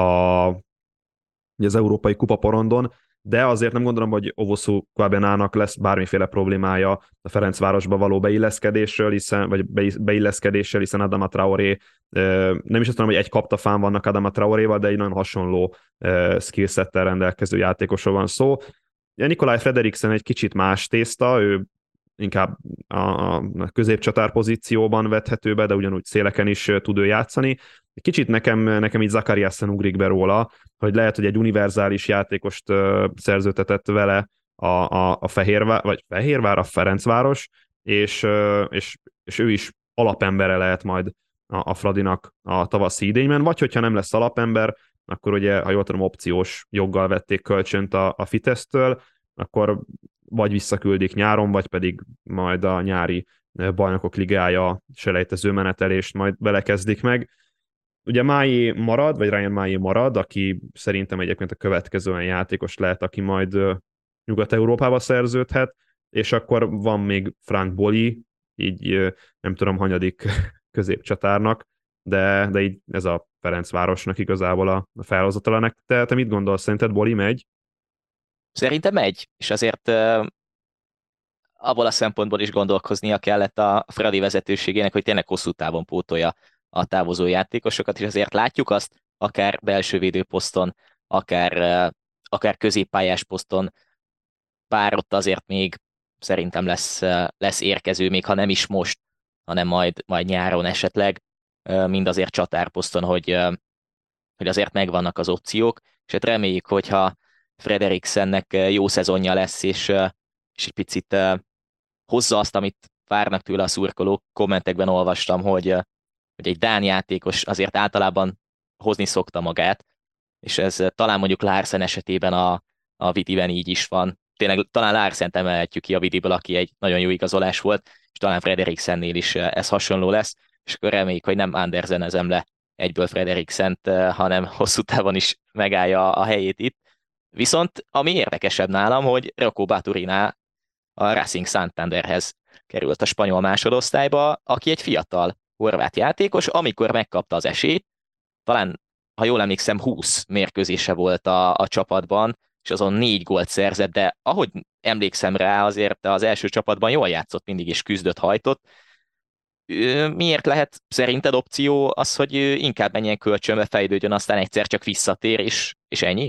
az Európai Kupaporondon, de azért nem gondolom, hogy Ovoszuk Kwabenának lesz bármiféle problémája a Ferencvárosba való beilleszkedéssel, hiszen Adama Traoré, nem is azt mondom, hogy egy kaptafán vannak Adama Traoréval, de egy nagyon hasonló skillsettel rendelkező játékosról van szó. Nikolaj Frederiksen egy kicsit más tészta, ő inkább a középcsatár pozícióban vethető be, de ugyanúgy széleken is tud ő játszani. Kicsit nekem így Zakariasen ugrik be róla, hogy lehet, hogy egy univerzális játékost szerződtetett vele a Fehérvár, vagy Fehérvár, a Ferencváros, és ő is alapembere lehet majd a Fradinak a tavaszi idényben, vagy hogyha nem lesz alapember, akkor ugye, ha jól tudom, opciós joggal vették kölcsönt a Fitesztől, akkor vagy visszaküldik nyáron, vagy pedig majd a nyári bajnokok ligája selejtező menetelést majd belekezdik meg. Ugye Mái marad, vagy Ryan Mái marad, aki szerintem egyébként a következő olyan játékos lehet, aki majd Nyugat-Európába szerződhet, és akkor van még Frank Boli, így nem tudom, hanyadik középcsatárnak, de így ez a Ferencvárosnak igazából a felhozatala. Te mit gondolsz, szerinted Boli megy? Szerintem megy, és azért abból a szempontból is gondolkoznia kellett a Fradi vezetőségének, hogy tényleg hosszú távon pótolja a távozó játékosokat, és azért látjuk azt, akár belső védőposzton, akár középpályás poszton, bár ott azért még szerintem lesz érkező, még ha nem is most, hanem majd nyáron esetleg, mind azért csatárposzton, hogy azért megvannak az opciók, és hát reméljük, hogyha Frederiksennek jó szezonja lesz, és egy picit hozza azt, amit várnak tőle a szurkolók. Kommentekben olvastam, hogy egy dán játékos azért általában hozni szokta magát, és ez talán mondjuk Larsen esetében a Vidiben így is van. Tényleg talán Larsent emelhetjük ki a Vidiből, aki egy nagyon jó igazolás volt, és talán Frederiksennél is ez hasonló lesz, és akkor reméljük, hogy nem Andersenezem le egyből Frederiksent, hanem hosszú távon is megállja a helyét itt. Viszont ami érdekesebb nálam, hogy Rocco Baturina a Racing Santanderhez került a spanyol másodosztályba, aki egy fiatal horvát játékos, amikor megkapta az esélyt, talán, ha jól emlékszem, 20 mérkőzése volt a csapatban, és azon 4 gólt szerzett, de ahogy emlékszem rá, azért az első csapatban jól játszott, mindig is küzdött, hajtott. Miért lehet szerinted opció az, hogy inkább menjen kölcsönbe, fejlődjön, aztán egyszer csak visszatér, és ennyi?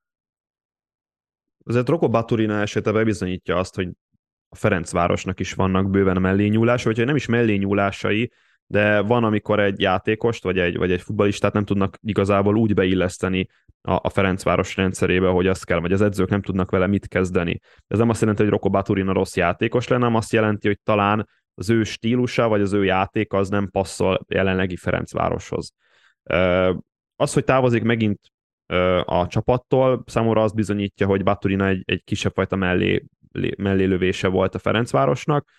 Azért Rocco Baturina esete bebizonyítja azt, hogy a Ferencvárosnak is vannak bőven mellényúlása, vagy nem is mellényúlásai, de van, amikor egy játékost, vagy egy futballistát nem tudnak igazából úgy beilleszteni a Ferencváros rendszerébe, hogy azt kell, vagy az edzők nem tudnak vele mit kezdeni. Ez nem azt jelenti, hogy Rocco Baturina rossz játékos lenne, hanem azt jelenti, hogy talán az ő stílusa, vagy az ő játéka az nem passzol jelenlegi Ferencvároshoz. Az, hogy távozik megint a csapattól, számomra azt bizonyítja, hogy Baturina egy kisebb fajta mellélövése volt a Ferencvárosnak,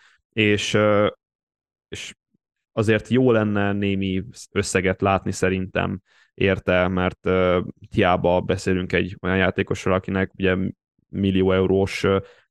és azért jó lenne némi összeget látni szerintem érte, mert hiába beszélünk egy olyan játékosról, akinek ugye millió eurós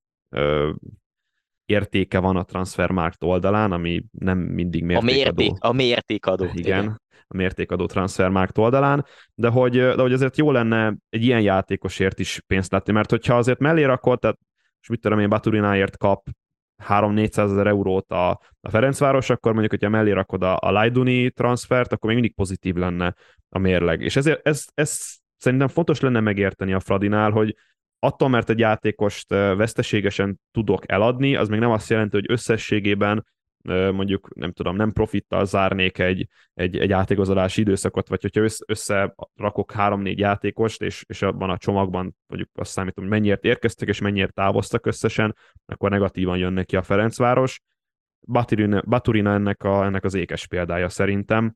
értéke van a Transfermarkt oldalán, ami nem mindig mértékadó. A mértékadó. Igen, a mértékadó Transfermarkt oldalán, de hogy azért jó lenne egy ilyen játékosért is pénzt látni, mert hogyha azért mellé rakod, tehát és mit tudom én, Baturináért kap 3-400 ezer eurót a Ferencváros, akkor mondjuk, hogyha mellé rakod a Lajduni transfert, akkor még mindig pozitív lenne a mérleg. És ezért ez szerintem fontos lenne megérteni a Fradinál, hogy attól, mert egy játékost veszteségesen tudok eladni, az még nem azt jelenti, hogy összességében mondjuk, nem tudom, nem profittal zárnék egy átigazolási időszakot, vagy hogyha összerakok 3-4 játékost, és abban a csomagban mondjuk azt számítom, hogy mennyiért érkeztek, és mennyiért távoztak összesen, akkor negatívan jön neki a Ferencváros. Baturina ennek az ékes példája szerintem.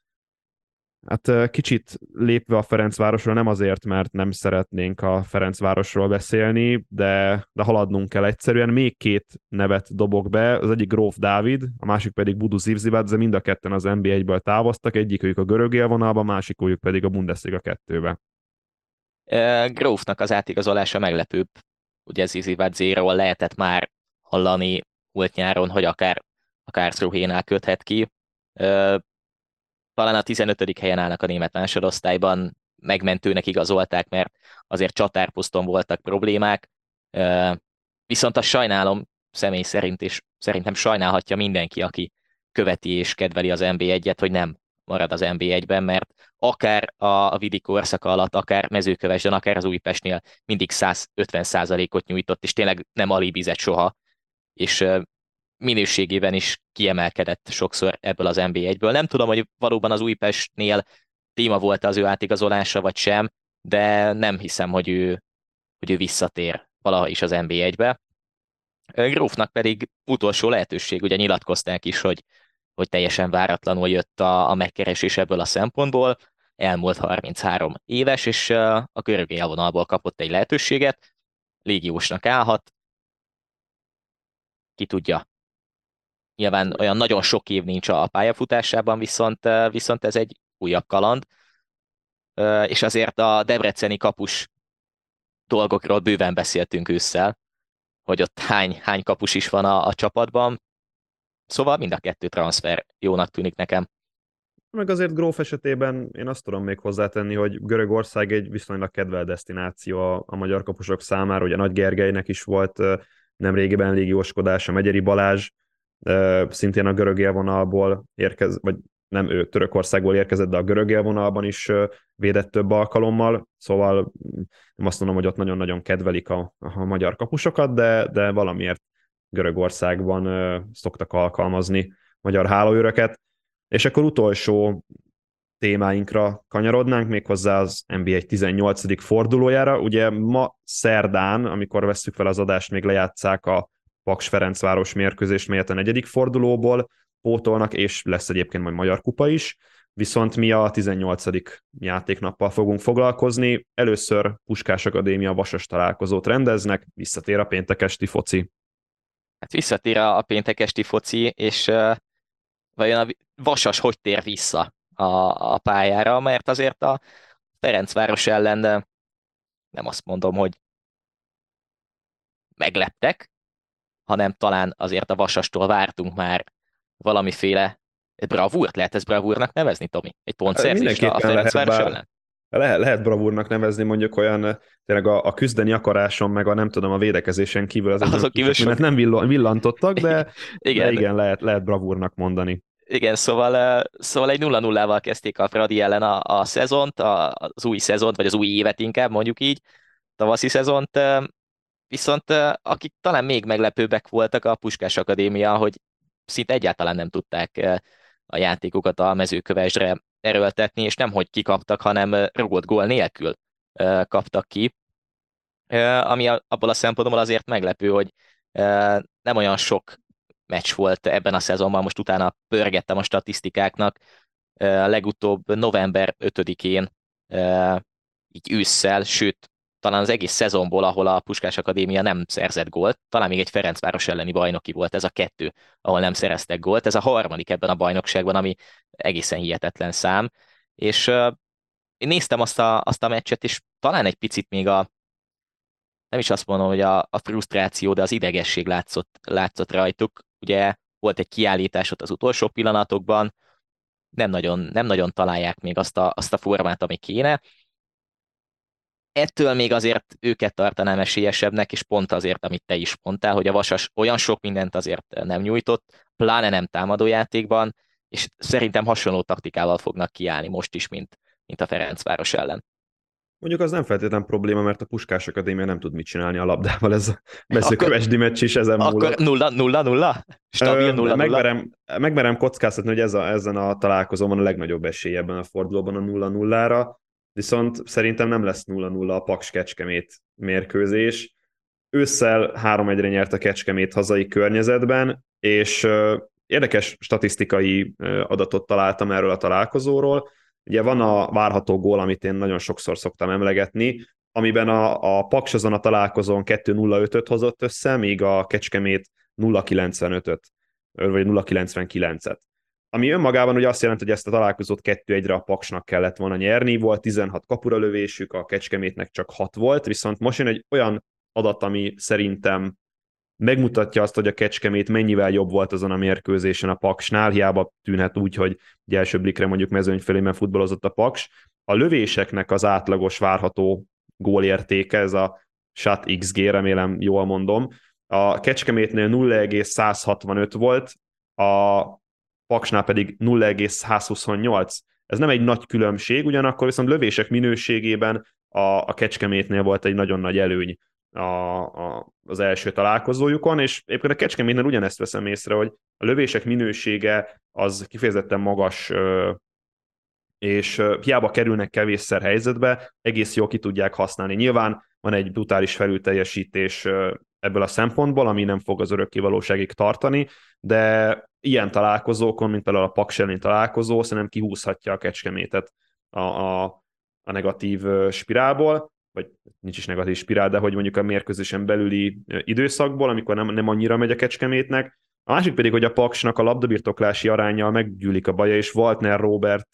Hát kicsit lépve a Ferencvárosról, nem azért, mert nem szeretnénk a Ferencvárosról beszélni, de haladnunk kell egyszerűen. Még 2 nevet dobok be, az egyik Gróf Dávid, a másik pedig Budu Zivzibadze, mind a ketten az NB1-ből távoztak, egyikük a görög élvonalba, másikük pedig a Bundesliga 2-be. Grófnak az átigazolása meglepőbb. Ugye Zivzibadzéról lehetett már hallani múlt nyáron, hogy akár Szruhénál köthet ki. Talán a 15. helyen állnak a német másodosztályban, megmentőnek igazolták, mert azért csatárposzton voltak problémák. Viszont azt sajnálom személy szerint, és szerintem sajnálhatja mindenki, aki követi és kedveli az NB1-et, hogy nem marad az NB1-ben, mert akár a Vidi korszaka alatt, akár Mezőkövesden, akár az Újpestnél mindig 150%-ot nyújtott, és tényleg nem alibizett soha, és minőségében is kiemelkedett sokszor ebből az NB1-ből. Nem tudom, hogy valóban az Újpestnél téma volt az ő átigazolása, vagy sem, de nem hiszem, hogy ő visszatér valaha is az NB1-be. Grófnak pedig utolsó lehetőség, ugye nyilatkozták is, hogy teljesen váratlanul jött a megkeresés ebből a szempontból, elmúlt 33 éves, és a görög élvonalból kapott egy lehetőséget, légiósnak állhat, ki tudja. Nyilván olyan nagyon sok év nincs a pályafutásában, viszont ez egy újabb kaland, és azért a debreceni kapus dolgokról bőven beszéltünk ősszel, hogy ott hány kapus is van a csapatban, szóval mind a kettő transfer jónak tűnik nekem. Meg azért Gróf esetében én azt tudom még hozzátenni, hogy Görögország egy viszonylag kedvelt desztináció a magyar kapusok számára. Ugye Nagy Gergelynek is volt nemrégiben légióskodása, Megyeri Balázs, szintén a görög élvonalból érkezett, vagy nem ő Törökországból érkezett, de a görög élvonalban is védett több alkalommal, szóval nem azt mondom, hogy ott nagyon-nagyon kedvelik a magyar kapusokat, de valamiért Görögországban szoktak alkalmazni magyar hálóőröket. És akkor utolsó témáinkra kanyarodnánk, méghozzá az NBA 18. fordulójára. Ugye ma szerdán, amikor vesszük fel az adást, még lejátszák a Paks Ferencváros mérkőzést, melyet a 4. fordulóból pótolnak, és lesz egyébként majd Magyar Kupa is, viszont mi a 18. játéknappal fogunk foglalkozni. Először Puskás Akadémia Vasas találkozót rendeznek, visszatér a péntek esti foci. Hát visszatér a péntek esti foci, és vajon a Vasas hogy tér vissza a pályára, mert azért a Ferencváros ellen nem azt mondom, hogy megleptek, hanem talán azért a Vasastól vártunk már valamiféle bravúrt, lehet ez bravúrnak nevezni, Tomi? Egy pontszerzést a Mindenképpen lehet, Ferencváros ellen? lehet bravúrnak nevezni, mondjuk olyan tényleg a küzdeni akaráson, meg a nem tudom, a védekezésen kívül Azon kívül sok. mindent nem villantottak, de Igen, igen, lehet bravúrnak mondani. igen, szóval egy 0-0-val kezdték a Fradi ellen a szezont, az új szezont, vagy az új évet inkább, mondjuk így, tavaszi szezont, viszont akik talán még meglepőbbek voltak a Puskás Akadémia, hogy szinte egyáltalán nem tudták a játékokat a Mezőkövesdre erőltetni, és nem hogy kikaptak, hanem rúgott gól nélkül kaptak ki, ami abból a szempontból azért meglepő, hogy nem olyan sok meccs volt ebben a szezonban, most utána pörgettem a statisztikáknak, legutóbb november 5-én, így ősszel, sőt, talán az egész szezonból, ahol a Puskás Akadémia nem szerzett gólt, talán még egy Ferencváros elleni bajnoki volt ez a kettő, ahol nem szereztek gólt, ez a harmadik ebben a bajnokságban, ami egészen hihetetlen szám, és én néztem azt a meccset, és talán egy picit még nem is azt mondom, hogy a frusztráció, de az idegesség látszott rajtuk. Ugye volt egy kiállítás ott az utolsó pillanatokban, nem nagyon találják még azt a formát, ami kéne. Ettől még azért őket tartanám esélyesebbnek, és pont azért, amit te is mondtál, hogy a Vasas olyan sok mindent azért nem nyújtott, pláne nem támadójátékban, és szerintem hasonló taktikával fognak kiállni most is, mint a Ferencváros ellen. Mondjuk az nem feltétlen probléma, mert a Puskás Akadémia nem tud mit csinálni a labdával, ez a Mezőkövesdi meccs is ezen múlott. Akkor 0-0? Stabil 0-0? Megmerem kockáztatni, hogy ezen a találkozón van a legnagyobb esély ebben a fordulóban a 0-0-ra, viszont szerintem nem lesz 0-0 a Paks-Kecskemét mérkőzés. Ősszel 3-1-re nyert a Kecskemét hazai környezetben, és érdekes statisztikai adatot találtam erről a találkozóról. Ugye van a várható gól, amit én nagyon sokszor szoktam emlegetni, amiben a Paks azon a találkozón 2.05-öt hozott össze, míg a Kecskemét 0.95-öt, vagy 0.99-et. Ami önmagában ugye azt jelenti, hogy ezt a találkozót 2-1-re a Paksnak kellett volna nyerni, volt 16 kapuralövésük, a Kecskemétnek csak 6 volt, viszont most jön egy olyan adat, ami szerintem megmutatja azt, hogy a Kecskemét mennyivel jobb volt azon a mérkőzésen a Paksnál, hiába tűnhet úgy, hogy egy első blikre mondjuk mezőnyfölében futballozott a Paks. A lövéseknek az átlagos várható gólértéke, ez a shot XG, remélem jól mondom, a Kecskemétnél 0,165 volt, a Paksnál pedig 0,128. Ez nem egy nagy különbség, ugyanakkor viszont lövések minőségében a Kecskemétnél volt egy nagyon nagy előny az első találkozójukon, és éppen a Kecskemétnél ugyanezt veszem észre, hogy a lövések minősége az kifejezetten magas, és hiába kerülnek kevésszer helyzetbe, egész jól ki tudják használni. Nyilván van egy brutális felülteljesítés ebből a szempontból, ami nem fog az örökkévalóságig tartani, de ilyen találkozókon, mint például a Paks elleni találkozó, szerintem kihúzhatja a Kecskemétet a negatív spirálból, vagy nincs is negatív spirál, de hogy mondjuk a mérkőzésen belüli időszakból, amikor nem annyira megy a Kecskemétnek. A másik pedig, hogy a Paksnak a labdabirtoklási aránnyal meggyűlik a baja, és Waltner Robert,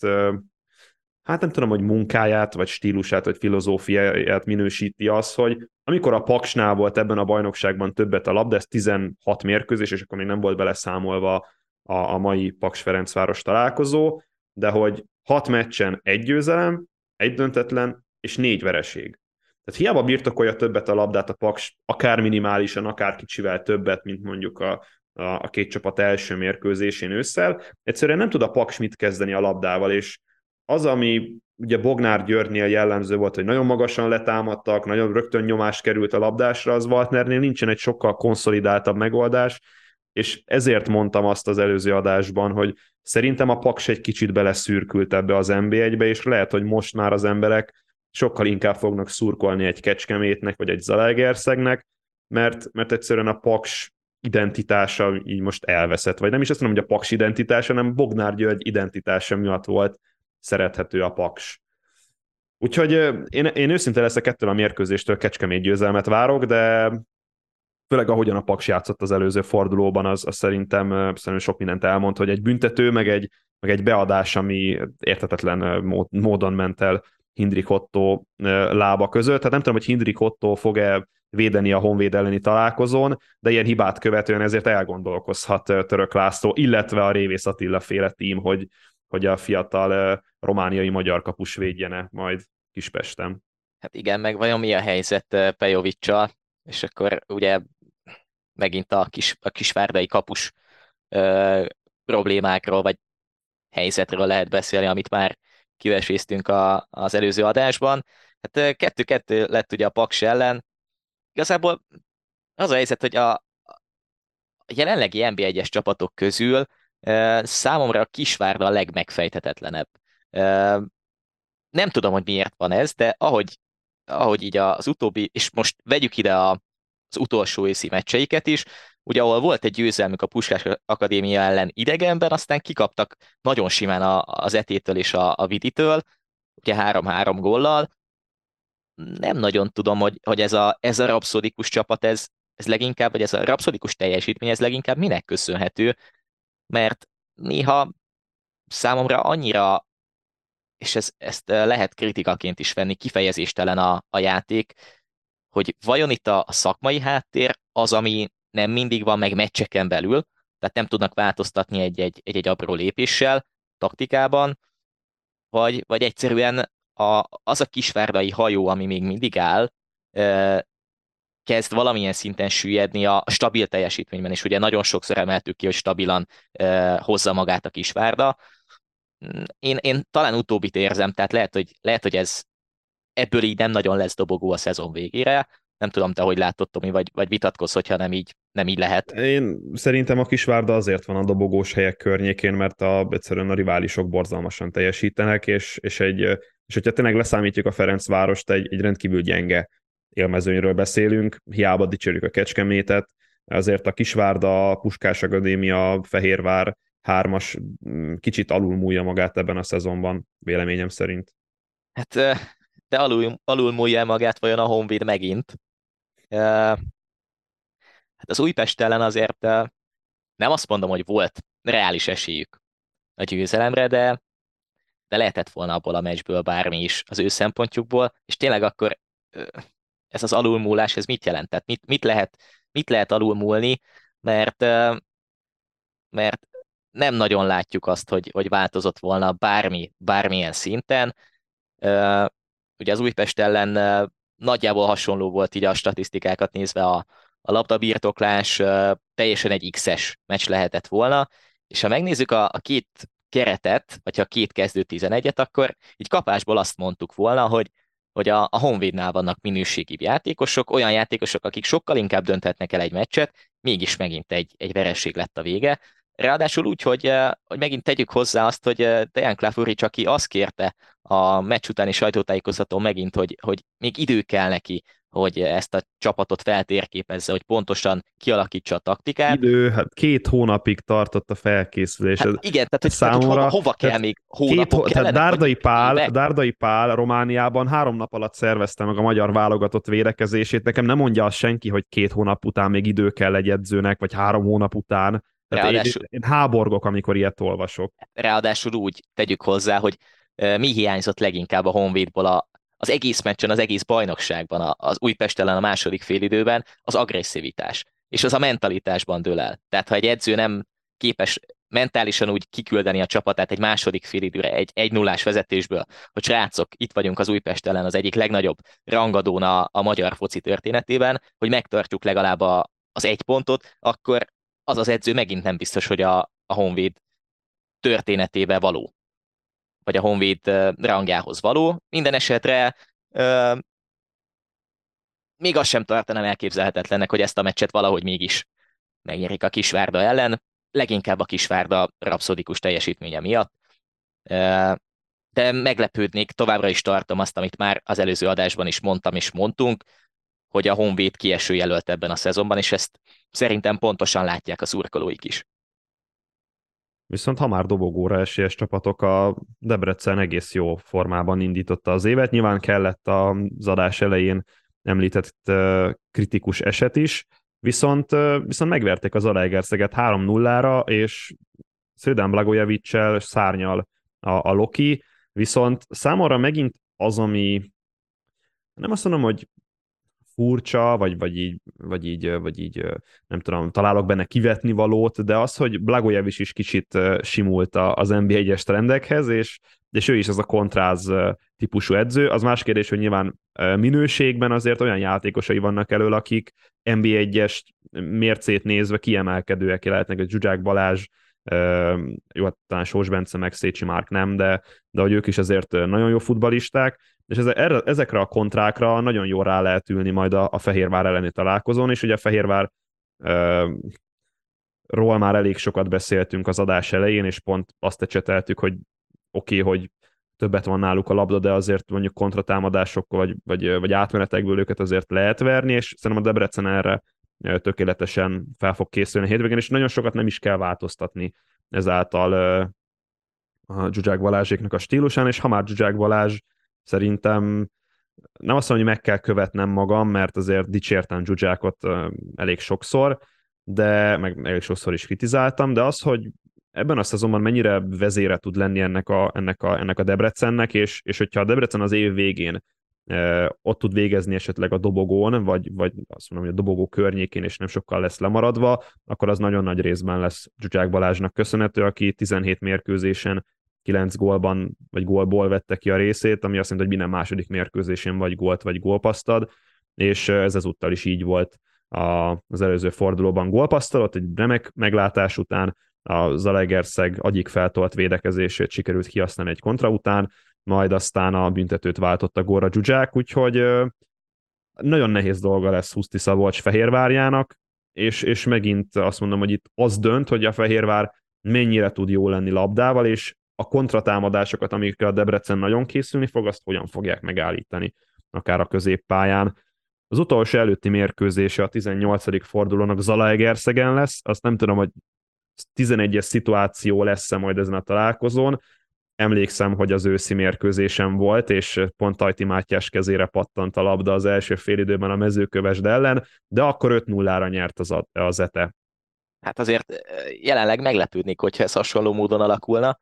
hát nem tudom, hogy munkáját, vagy stílusát, vagy filozófiáját minősíti az, hogy amikor a Paksnál volt ebben a bajnokságban többet a labda, ez 16 mérkőzés, és akkor még nem volt beleszámolva a mai Paks-Ferencváros találkozó, de hogy 6 meccsen egy győzelem, egy döntetlen, és 4 vereség. Tehát hiába birtokolja többet a labdát a Paks, akár minimálisan, akár kicsivel többet, mint mondjuk a két csapat első mérkőzésén ősszel, egyszerűen nem tud a Paks mit kezdeni a labdával, és az, ami ugye Bognár Györgynél jellemző volt, hogy nagyon magasan letámadtak, nagyon rögtön nyomás került a labdásra, az Waltnernél nincsen egy sokkal konszolidáltabb megoldás, és ezért mondtam azt az előző adásban, hogy szerintem a Paks egy kicsit beleszürkült ebbe az NB1-be, és lehet, hogy most már az emberek sokkal inkább fognak szurkolni egy Kecskemétnek, vagy egy Zalaegerszegnek, mert egyszerűen a Paks identitása így most elveszett, vagy nem is azt mondom, hogy a Paks identitása, hanem Bognár György identitása miatt volt szerethető a Paks. Úgyhogy én őszinte leszek, ettől a mérkőzéstől Kecskemét győzelmet várok, de főleg ahogyan a Paks játszott az előző fordulóban, az szerintem sok mindent elmond, hogy egy büntető, meg egy beadás, ami érthetetlen módon ment el Hindrik Otto lába között. Tehát nem tudom, hogy Hindrik Otto fog-e védeni a Honvéd elleni találkozón, de ilyen hibát követően ezért elgondolkozhat Török László, illetve a Révész Attila féle tím, hogy a fiatal romániai magyar kapus védjene majd Kispesten. Hát igen, meg vajon mi a helyzet Pejovicsal, és akkor ugye megint a kisvárdai kapus problémákról, vagy helyzetről lehet beszélni, amit már kiveséztünk az előző adásban. Hát 2-2 lett ugye a Paks ellen. Igazából az a helyzet, hogy a jelenlegi NB1-es csapatok közül számomra a Kisvárda a legmegfejthetetlenebb. Nem tudom, hogy miért van ez, de ahogy így az utóbbi, és most vegyük ide az utolsó őszi meccseiket is, ugye ahol volt egy győzelmük a Puskás Akadémia ellen idegenben, aztán kikaptak nagyon simán az Etétől és a Viditől, ugye 3-3 góllal. Nem nagyon tudom, hogy ez a rapszodikus csapat, ez leginkább, vagy ez a rapszodikus teljesítmény, ez leginkább minek köszönhető, mert néha számomra annyira, és ezt lehet kritikaként is venni, kifejezéstelen a játék, hogy vajon itt a szakmai háttér az, ami nem mindig van meg meccseken belül, tehát nem tudnak változtatni egy apró lépéssel, taktikában, vagy egyszerűen az a kisvárdai hajó, ami még mindig áll, kezd valamilyen szinten süllyedni a stabil teljesítményben, és ugye nagyon sokszor emeltük ki, hogy stabilan hozza magát a Kisvárda. Én talán utóbbit érzem, tehát lehet, hogy ebből így nem nagyon lesz dobogó a szezon végére. Nem tudom, te hogy látod, Tomi, vagy vitatkozz, hogyha nem így lehet. Én szerintem a Kisvárda azért van a dobogós helyek környékén, mert egyszerűen a riválisok borzalmasan teljesítenek, és hogyha tényleg leszámítjuk a Ferencvárost, egy rendkívül gyenge élmezőnyről beszélünk, hiába dicsérjük a Kecskemétet, azért a Kisvárda, a Puskás Akadémia, Fehérvár hármas kicsit alulmúlja magát ebben a szezonban, véleményem szerint. Hát de alulmúlja magát vajon a Honvéd megint. Hát az Újpest ellen azért nem azt mondom, hogy volt reális esélyük a győzelemre, de lehetett volna abból a meccsből bármi is az ő szempontjukból, és tényleg akkor ez az alulmúlás, ez mit jelent? Tehát mit lehet alulmúlni, mert nem nagyon látjuk azt, hogy változott volna bármilyen szinten. Ugye az Újpest ellen nagyjából hasonló volt így a statisztikákat nézve a labdabirtoklás, teljesen egy X-es meccs lehetett volna, és ha megnézzük a két keretet, vagy a két kezdő 11-et, akkor így kapásból azt mondtuk volna, hogy a Honvédnál vannak minőségi játékosok, olyan játékosok, akik sokkal inkább dönthetnek el egy meccset, mégis megint egy vereség lett a vége. Ráadásul úgy, hogy megint tegyük hozzá azt, hogy Dejan Klafuric, aki azt kérte a meccs utáni sajtótájékoztatón megint, hogy még idő kell neki, hogy ezt a csapatot feltérképezze, hogy pontosan kialakítsa a taktikát. Hát 2 hónapig tartott a felkészülés. Hát igen, tehát hogy Számomra, hova kell tehát még hónapok tehát kellenek, vagy évek? Dárdai Pál Romániában 3 nap alatt szervezte meg a magyar válogatott védekezését. Nekem nem mondja azt senki, hogy 2 hónap után még idő kell egy edzőnek, vagy 3 hónap után. Tehát Ráadásul, én háborgok, amikor ilyet olvasok. ráadásul úgy tegyük hozzá, hogy mi hiányzott leginkább a Honvédból az egész meccsen, az egész bajnokságban, az Újpest ellen a második félidőben, az agresszivitás. És az a mentalitásban dől el. Tehát ha egy edző nem képes mentálisan úgy kiküldeni a csapatát egy második félidőre, egy 1-0-ás vezetésből, hogy srácok, itt vagyunk az Újpest ellen az egyik legnagyobb rangadón a magyar foci történetében, hogy megtartjuk legalább az 1 pontot, akkor az edző megint nem biztos, hogy a Honvéd történetébe való, vagy a Honvéd rangjához való. Minden esetre még azt sem tartanám elképzelhetetlennek, hogy ezt a meccset valahogy mégis megnyerik a Kisvárda ellen, leginkább a Kisvárda rapszodikus teljesítménye miatt. De meglepődnék, továbbra is tartom azt, amit már az előző adásban is mondtam és mondtunk, hogy a Honvéd kieső jelölt ebben a szezonban, és ezt szerintem pontosan látják a szurkolóik is. Viszont ha már dobogóra esélyes csapatok, a Debrecen egész jó formában indította az évet. Nyilván kellett az adás elején említett kritikus eset is, viszont megverték az Zalaegerszeget 3-0-ra, és Szöden Blagojevic-sel szárnyal a Loki, viszont számomra megint az, ami nem azt mondom, hogy furcsa, vagy így nem tudom, találok benne kivetni valót, de az, hogy Blagojevic is kicsit simult az NB1-es trendekhez, és ő is az a kontráz típusú edző. Az más kérdés, hogy nyilván minőségben azért olyan játékosai vannak elől, akik NB1-es mércét nézve kiemelkedőek lehetnek, hogy Zsuzsák Balázs, jó, hát talán Sós Bence meg Szécsi Márk nem, de hogy ők is azért nagyon jó futballisták, és ezekre a kontrákra nagyon jól rá lehet ülni majd a Fehérvár elleni találkozón, és ugye a Fehérvár ról már elég sokat beszéltünk az adás elején, és pont azt ecseteltük, hogy oké, hogy többet van náluk a labda, de azért mondjuk kontratámadásokkal vagy átmenetekből őket azért lehet verni, és szerintem a Debrecen erre tökéletesen fel fog készülni a hétvégén, és nagyon sokat nem is kell változtatni ezáltal a Zsuzsák Balázséknak a stílusán, és ha már Zsuzsák Balázs szerintem nem azt mondom, hogy meg kell követnem magam, mert azért dicsértem Zsuzsákot elég sokszor, de meg elég sokszor is kritizáltam, de az, hogy ebben a szezonban mennyire vezére tud lenni ennek a Debrecennek, és hogyha a Debrecen az év végén ott tud végezni esetleg a dobogón, vagy azt mondom, hogy a dobogó környékén, és nem sokkal lesz lemaradva, akkor az nagyon nagy részben lesz Zsuzsák Balázsnak köszönhető, aki 17 mérkőzésen 9 gólban, vagy gólból vette ki a részét, ami azt jelenti, hogy minden második mérkőzésén vagy gólt, vagy gólpasztad, és ez ezúttal is így volt az előző fordulóban gólpasztalott, egy remek meglátás után a Zalaegerszeg agyig feltolt védekezését sikerült kihasználni egy kontra után, majd aztán a büntetőt váltott a gólra Zsuzsák, úgyhogy nagyon nehéz dolga lesz Huszti Szabolcs Fehérvárjának, és megint azt mondom, hogy itt az dönt, hogy a Fehérvár mennyire tud jó lenni labdával, és a kontratámadásokat, amikre a Debrecen nagyon készülni fog, azt hogyan fogják megállítani, akár a középpályán. Az utolsó előtti mérkőzése a 18. fordulónak Zalaegerszegen lesz, azt nem tudom, hogy 11-es szituáció lesz-e majd ezen a találkozón. Emlékszem, hogy az őszi mérkőzésen volt, és pont Tajti Mátyás kezére pattant a labda az első félidőben a Mezőkövesd ellen, de akkor 5-0-ra nyert az ETE. Hát azért jelenleg meglepődnék, hogyha ez hasonló módon alakulna.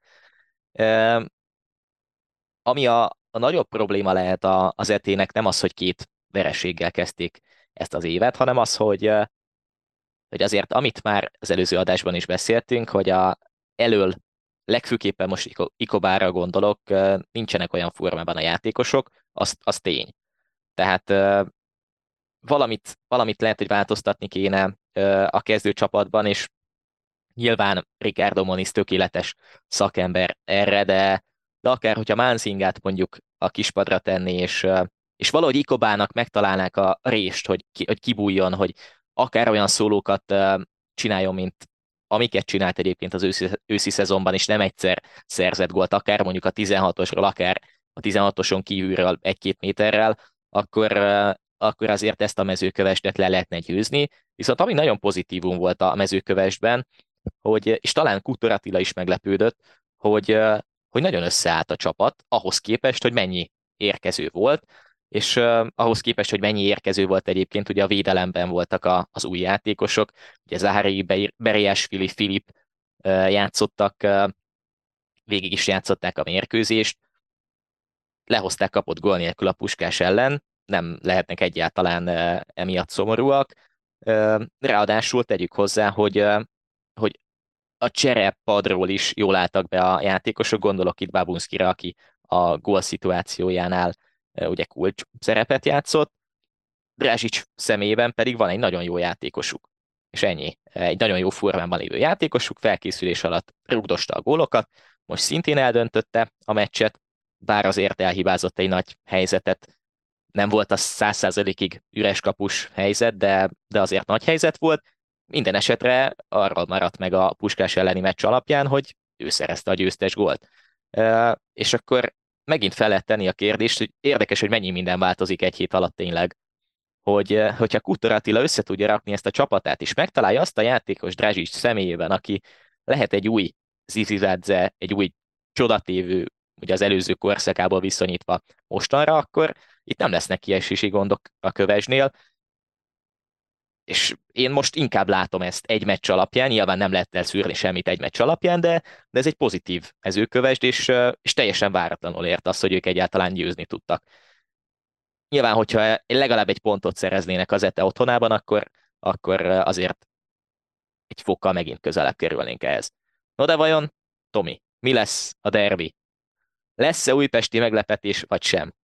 Ami a nagyobb probléma lehet az ET-nek nem az, hogy 2 vereséggel kezdték ezt az évet, hanem az, hogy azért amit már az előző adásban is beszéltünk, hogy elől legfőképpen most Ikobára gondolok, nincsenek olyan formában a játékosok, az tény. Tehát valamit lehet, hogy változtatni kéne a kezdőcsapatban, és nyilván Ricardo Moniz tökéletes szakember erre, de akár, hogyha Manzingát mondjuk a kispadra tenni, és valahogy Ikobának megtalálnák a rést, hogy kibújjon, hogy akár olyan szólókat csináljon, mint amiket csinált egyébként az őszi szezonban, és nem egyszer szerzett gólt, akár mondjuk a 16-osról, akár a 16-oson kívülről 1-2 méterrel, akkor akkor azért ezt a Mezőkövesdet le lehetne győzni. Viszont ami nagyon pozitívum volt a Mezőkövesdben, és talán Kutor Attila is meglepődött, hogy nagyon összeállt a csapat, ahhoz képest, hogy mennyi érkező volt, és ahhoz képest, hogy mennyi érkező volt egyébként, ugye a védelemben voltak az új játékosok, ugye Záhari, Beriásvili, Filip játszottak, végig is játszották a mérkőzést, lehozták kapott gól nélkül a Puskás ellen, nem lehetnek egyáltalán emiatt szomorúak. Ráadásul tegyük hozzá, hogy a cserepadról is jól álltak be a játékosok, gondolok itt Babunskira, aki a gól szituációjánál ugye kulcs szerepet játszott, Drazsics személyében pedig van egy nagyon jó játékosuk. És ennyi. Egy nagyon jó formában lévő játékosuk, felkészülés alatt rugdosta a gólokat, most szintén eldöntötte a meccset, bár azért elhibázott egy nagy helyzetet. Nem volt az 100%-ig üres kapus helyzet, de azért nagy helyzet volt. Minden esetre arról maradt meg a Puskás elleni meccs alapján, hogy ő szerezte a győztes gólt. És akkor megint fel lehet tenni a kérdést, hogy érdekes, hogy mennyi minden változik egy hét alatt tényleg. Hogyha Kutor Attila össze tudja rakni ezt a csapatát, és megtalálja azt a játékos Drazsics személyében, aki lehet egy új Zizizadze, egy új csodatévő, ugye az előző korszakából viszonyítva mostanra, akkor itt nem lesznek kiesési gondok a Kövesnél, és én most inkább látom ezt egy meccs alapján, nyilván nem lehet elszűrni semmit egy meccs alapján, de ez egy pozitív Mezőkövesd, és teljesen váratlanul ért az, hogy ők egyáltalán győzni tudtak. Nyilván, hogyha legalább egy pontot szereznének az ETE otthonában, akkor azért egy fokkal megint közelebb kerülnénk ehhez. No de vajon, Tomi, mi lesz a derbi? Lesz-e újpesti meglepetés, vagy sem?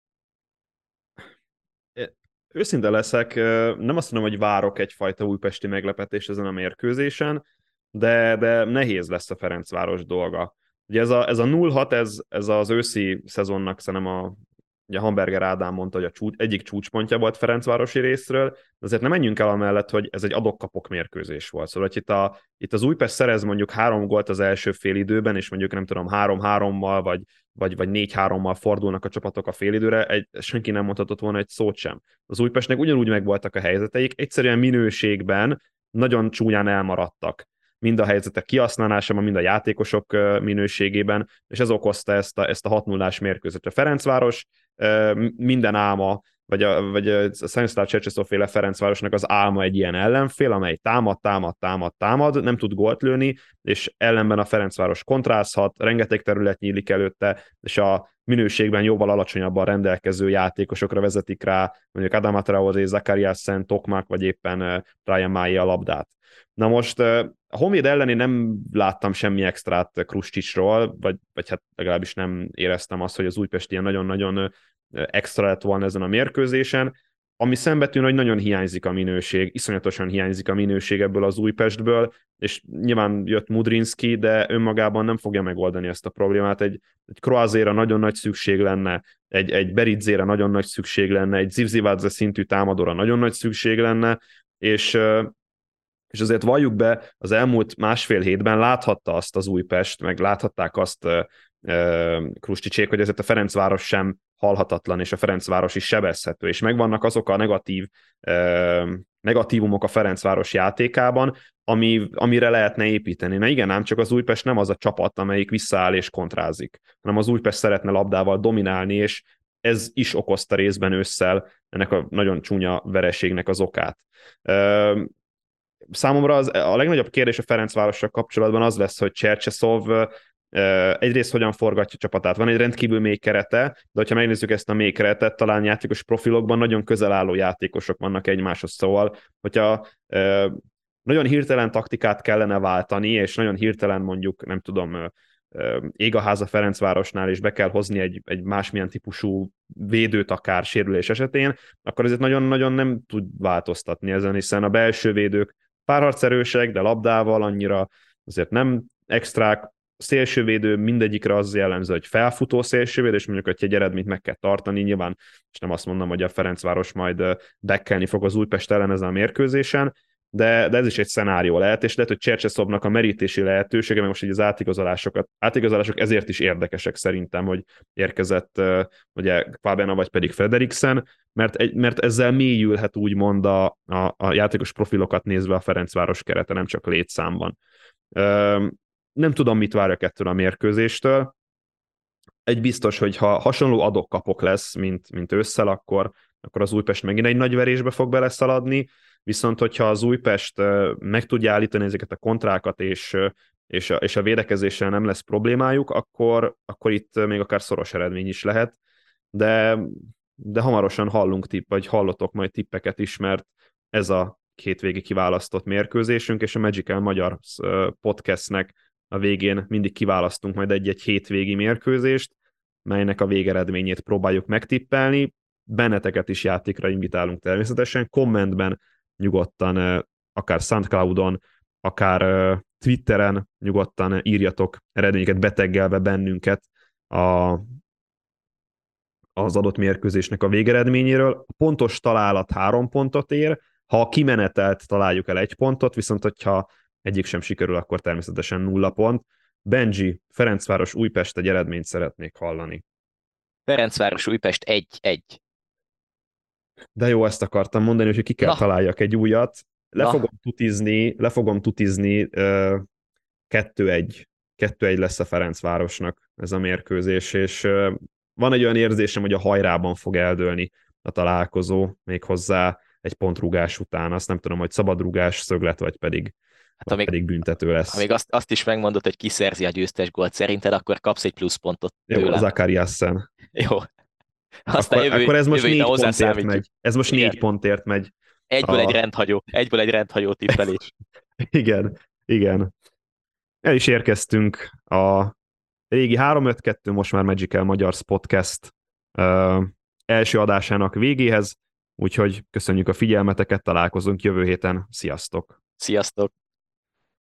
Őszinte leszek, nem azt mondom, hogy várok egyfajta újpesti meglepetést ezen a mérkőzésen, de nehéz lesz a Ferencváros dolga. Ugye ez a 0-6, ez az őszi szezonnak szerintem ugye Hamburger Ádám mondta, hogy egyik csúcspontja volt Ferencvárosi részről, de azért nem menjünk el amellett, hogy ez egy adok-kapok mérkőzés volt. Szóval, hogy itt az Újpest szerez mondjuk 3 gólt az első fél időben, és mondjuk nem tudom, 3-3-mal, vagy 4-3-mal fordulnak a csapatok a félidőre, senki nem mondhatott volna egy szót sem. Az Újpestnek ugyanúgy megvoltak a helyzeteik, egyszerűen minőségben nagyon csúnyán elmaradtak. Mind a helyzetek kihasználásában, mind a játékosok minőségében, és ez okozta ezt a 6-0-ás mérkőzetet. A Ferencváros minden álma, vagy a Stanislav Csercseszov-féle Ferencvárosnak az álma egy ilyen ellenfél, amely támad, nem tud gólt lőni, és ellenben a Ferencváros kontrázhat, rengeteg terület nyílik előtte, és a minőségben jóval alacsonyabban rendelkező játékosokra vezetik rá, mondjuk Adama Traoré, Zacharias Szent, Tokmak, vagy éppen Ryan Mai a labdát. Na most a Honvéd ellen én nem láttam semmi extrát Kruscsicsról, vagy hát legalábbis nem éreztem azt, hogy az Újpest ilyen nagyon-nagyon extra lett volna ezen a mérkőzésen. Ami szembetűn, hogy nagyon hiányzik a minőség, iszonyatosan hiányzik a minőség ebből az Újpestből, és nyilván jött Mudrinski, de önmagában nem fogja megoldani ezt a problémát. Egy Kroazéra nagyon nagy szükség lenne, egy Beridzére nagyon nagy szükség lenne, egy Zivzivadze szintű támadóra nagyon nagy szükség lenne, és azért valljuk be, az elmúlt másfél hétben láthatta azt az Újpest, meg láthatták azt Kruscsicsék, hogy ezért a Ferencváros sem halhatatlan, és a Ferencváros is sebezhető, és megvannak azok a negatívumok a Ferencváros játékában, amire lehetne építeni. Na igen, ám csak az Újpest nem az a csapat, amelyik visszaáll és kontrázik, hanem az Újpest szeretne labdával dominálni, és ez is okozta részben ősszel ennek a nagyon csúnya vereségnek az okát. Számomra a legnagyobb kérdés a Ferencvárossal kapcsolatban az lesz, hogy Csercseszov egyrészt hogyan forgatja a csapatát. Van egy rendkívül mély kerete, de ha megnézzük ezt a mély keretet, talán játékos profilokban nagyon közel álló játékosok vannak egymáshoz. Szóval, hogyha nagyon hirtelen taktikát kellene váltani, és nagyon hirtelen mondjuk, nem tudom, ég a ház a Ferencvárosnál, és be kell hozni egy másmilyen típusú védőt akár sérülés esetén, akkor ezért nagyon-nagyon nem tud változtatni ezen, hiszen a belső védők párharcerősek, de labdával annyira azért nem extrák. Szélsővédő mindegyikre az jellemző, hogy felfutó szélsővédő, és mondjuk, hogy egy eredményt meg kell tartani, nyilván, és nem azt mondom, hogy a Ferencváros majd bekkelni fog az Újpest ellen ezen a mérkőzésen, de ez is egy szenárió lehet, és lehet, hogy Csercseszovnak a merítési lehetősége, meg most így az átigazolások ezért is érdekesek szerintem, hogy érkezett ugye Fabena vagy pedig Frederiksen, mert ezzel mélyülhet úgymond a játékos profilokat nézve a Ferencváros kerete, nem csak létszámban. Nem tudom, mit várjak ettől a mérkőzéstől. Egy biztos, hogy ha hasonló adok-kapok lesz, mint ősszel, akkor az Újpest megint egy nagy verésbe fog beleszaladni, viszont hogyha az Újpest meg tudja állítani ezeket a kontrákat, és a védekezéssel nem lesz problémájuk, akkor itt még akár szoros eredmény is lehet, de hamarosan vagy hallotok majd tippeket is, mert ez a hétvégi kiválasztott mérkőzésünk, és a Magical Magyar podcastnek a végén mindig kiválasztunk majd egy-egy hétvégi mérkőzést, melynek a végeredményét próbáljuk megtippelni. Benneteket is játékra invitálunk természetesen. Kommentben nyugodtan, akár SoundCloudon, akár Twitteren nyugodtan írjatok eredményeket beteggelve bennünket az adott mérkőzésnek a végeredményéről. A pontos találat 3 pontot ér, ha a kimenetelt találjuk el 1 pontot, viszont hogyha egyik sem sikerül, akkor természetesen 0 pont. Benji, Ferencváros Újpest egy eredményt szeretnék hallani. Ferencváros Újpest 1-1. De jó, ezt akartam mondani, hogy ki kell találjak egy újat. Le fogom tutizni 2-1. 2-1 lesz a Ferencvárosnak ez a mérkőzés, és van egy olyan érzésem, hogy a hajrában fog eldőlni a találkozó, méghozzá egy pontrúgás után. Azt nem tudom, hogy szabadrúgás, szöglet, vagy pedig büntető lesz. Ha még azt is megmondod, hogy ki szerzi a győztes gólt szerinted, akkor kapsz egy pluszpontot tőlem. Jó, Zakariassen. Jó. Aztán akkor ez most 4 pontért megy. Ez most 4 pontért megy. Egyből egy rendhagyó tippelés. Igen. El is érkeztünk a régi 352, most már Magical Magyars Podcast első adásának végéhez, úgyhogy köszönjük a figyelmeteket, találkozunk jövő héten. Sziasztok! Sziasztok!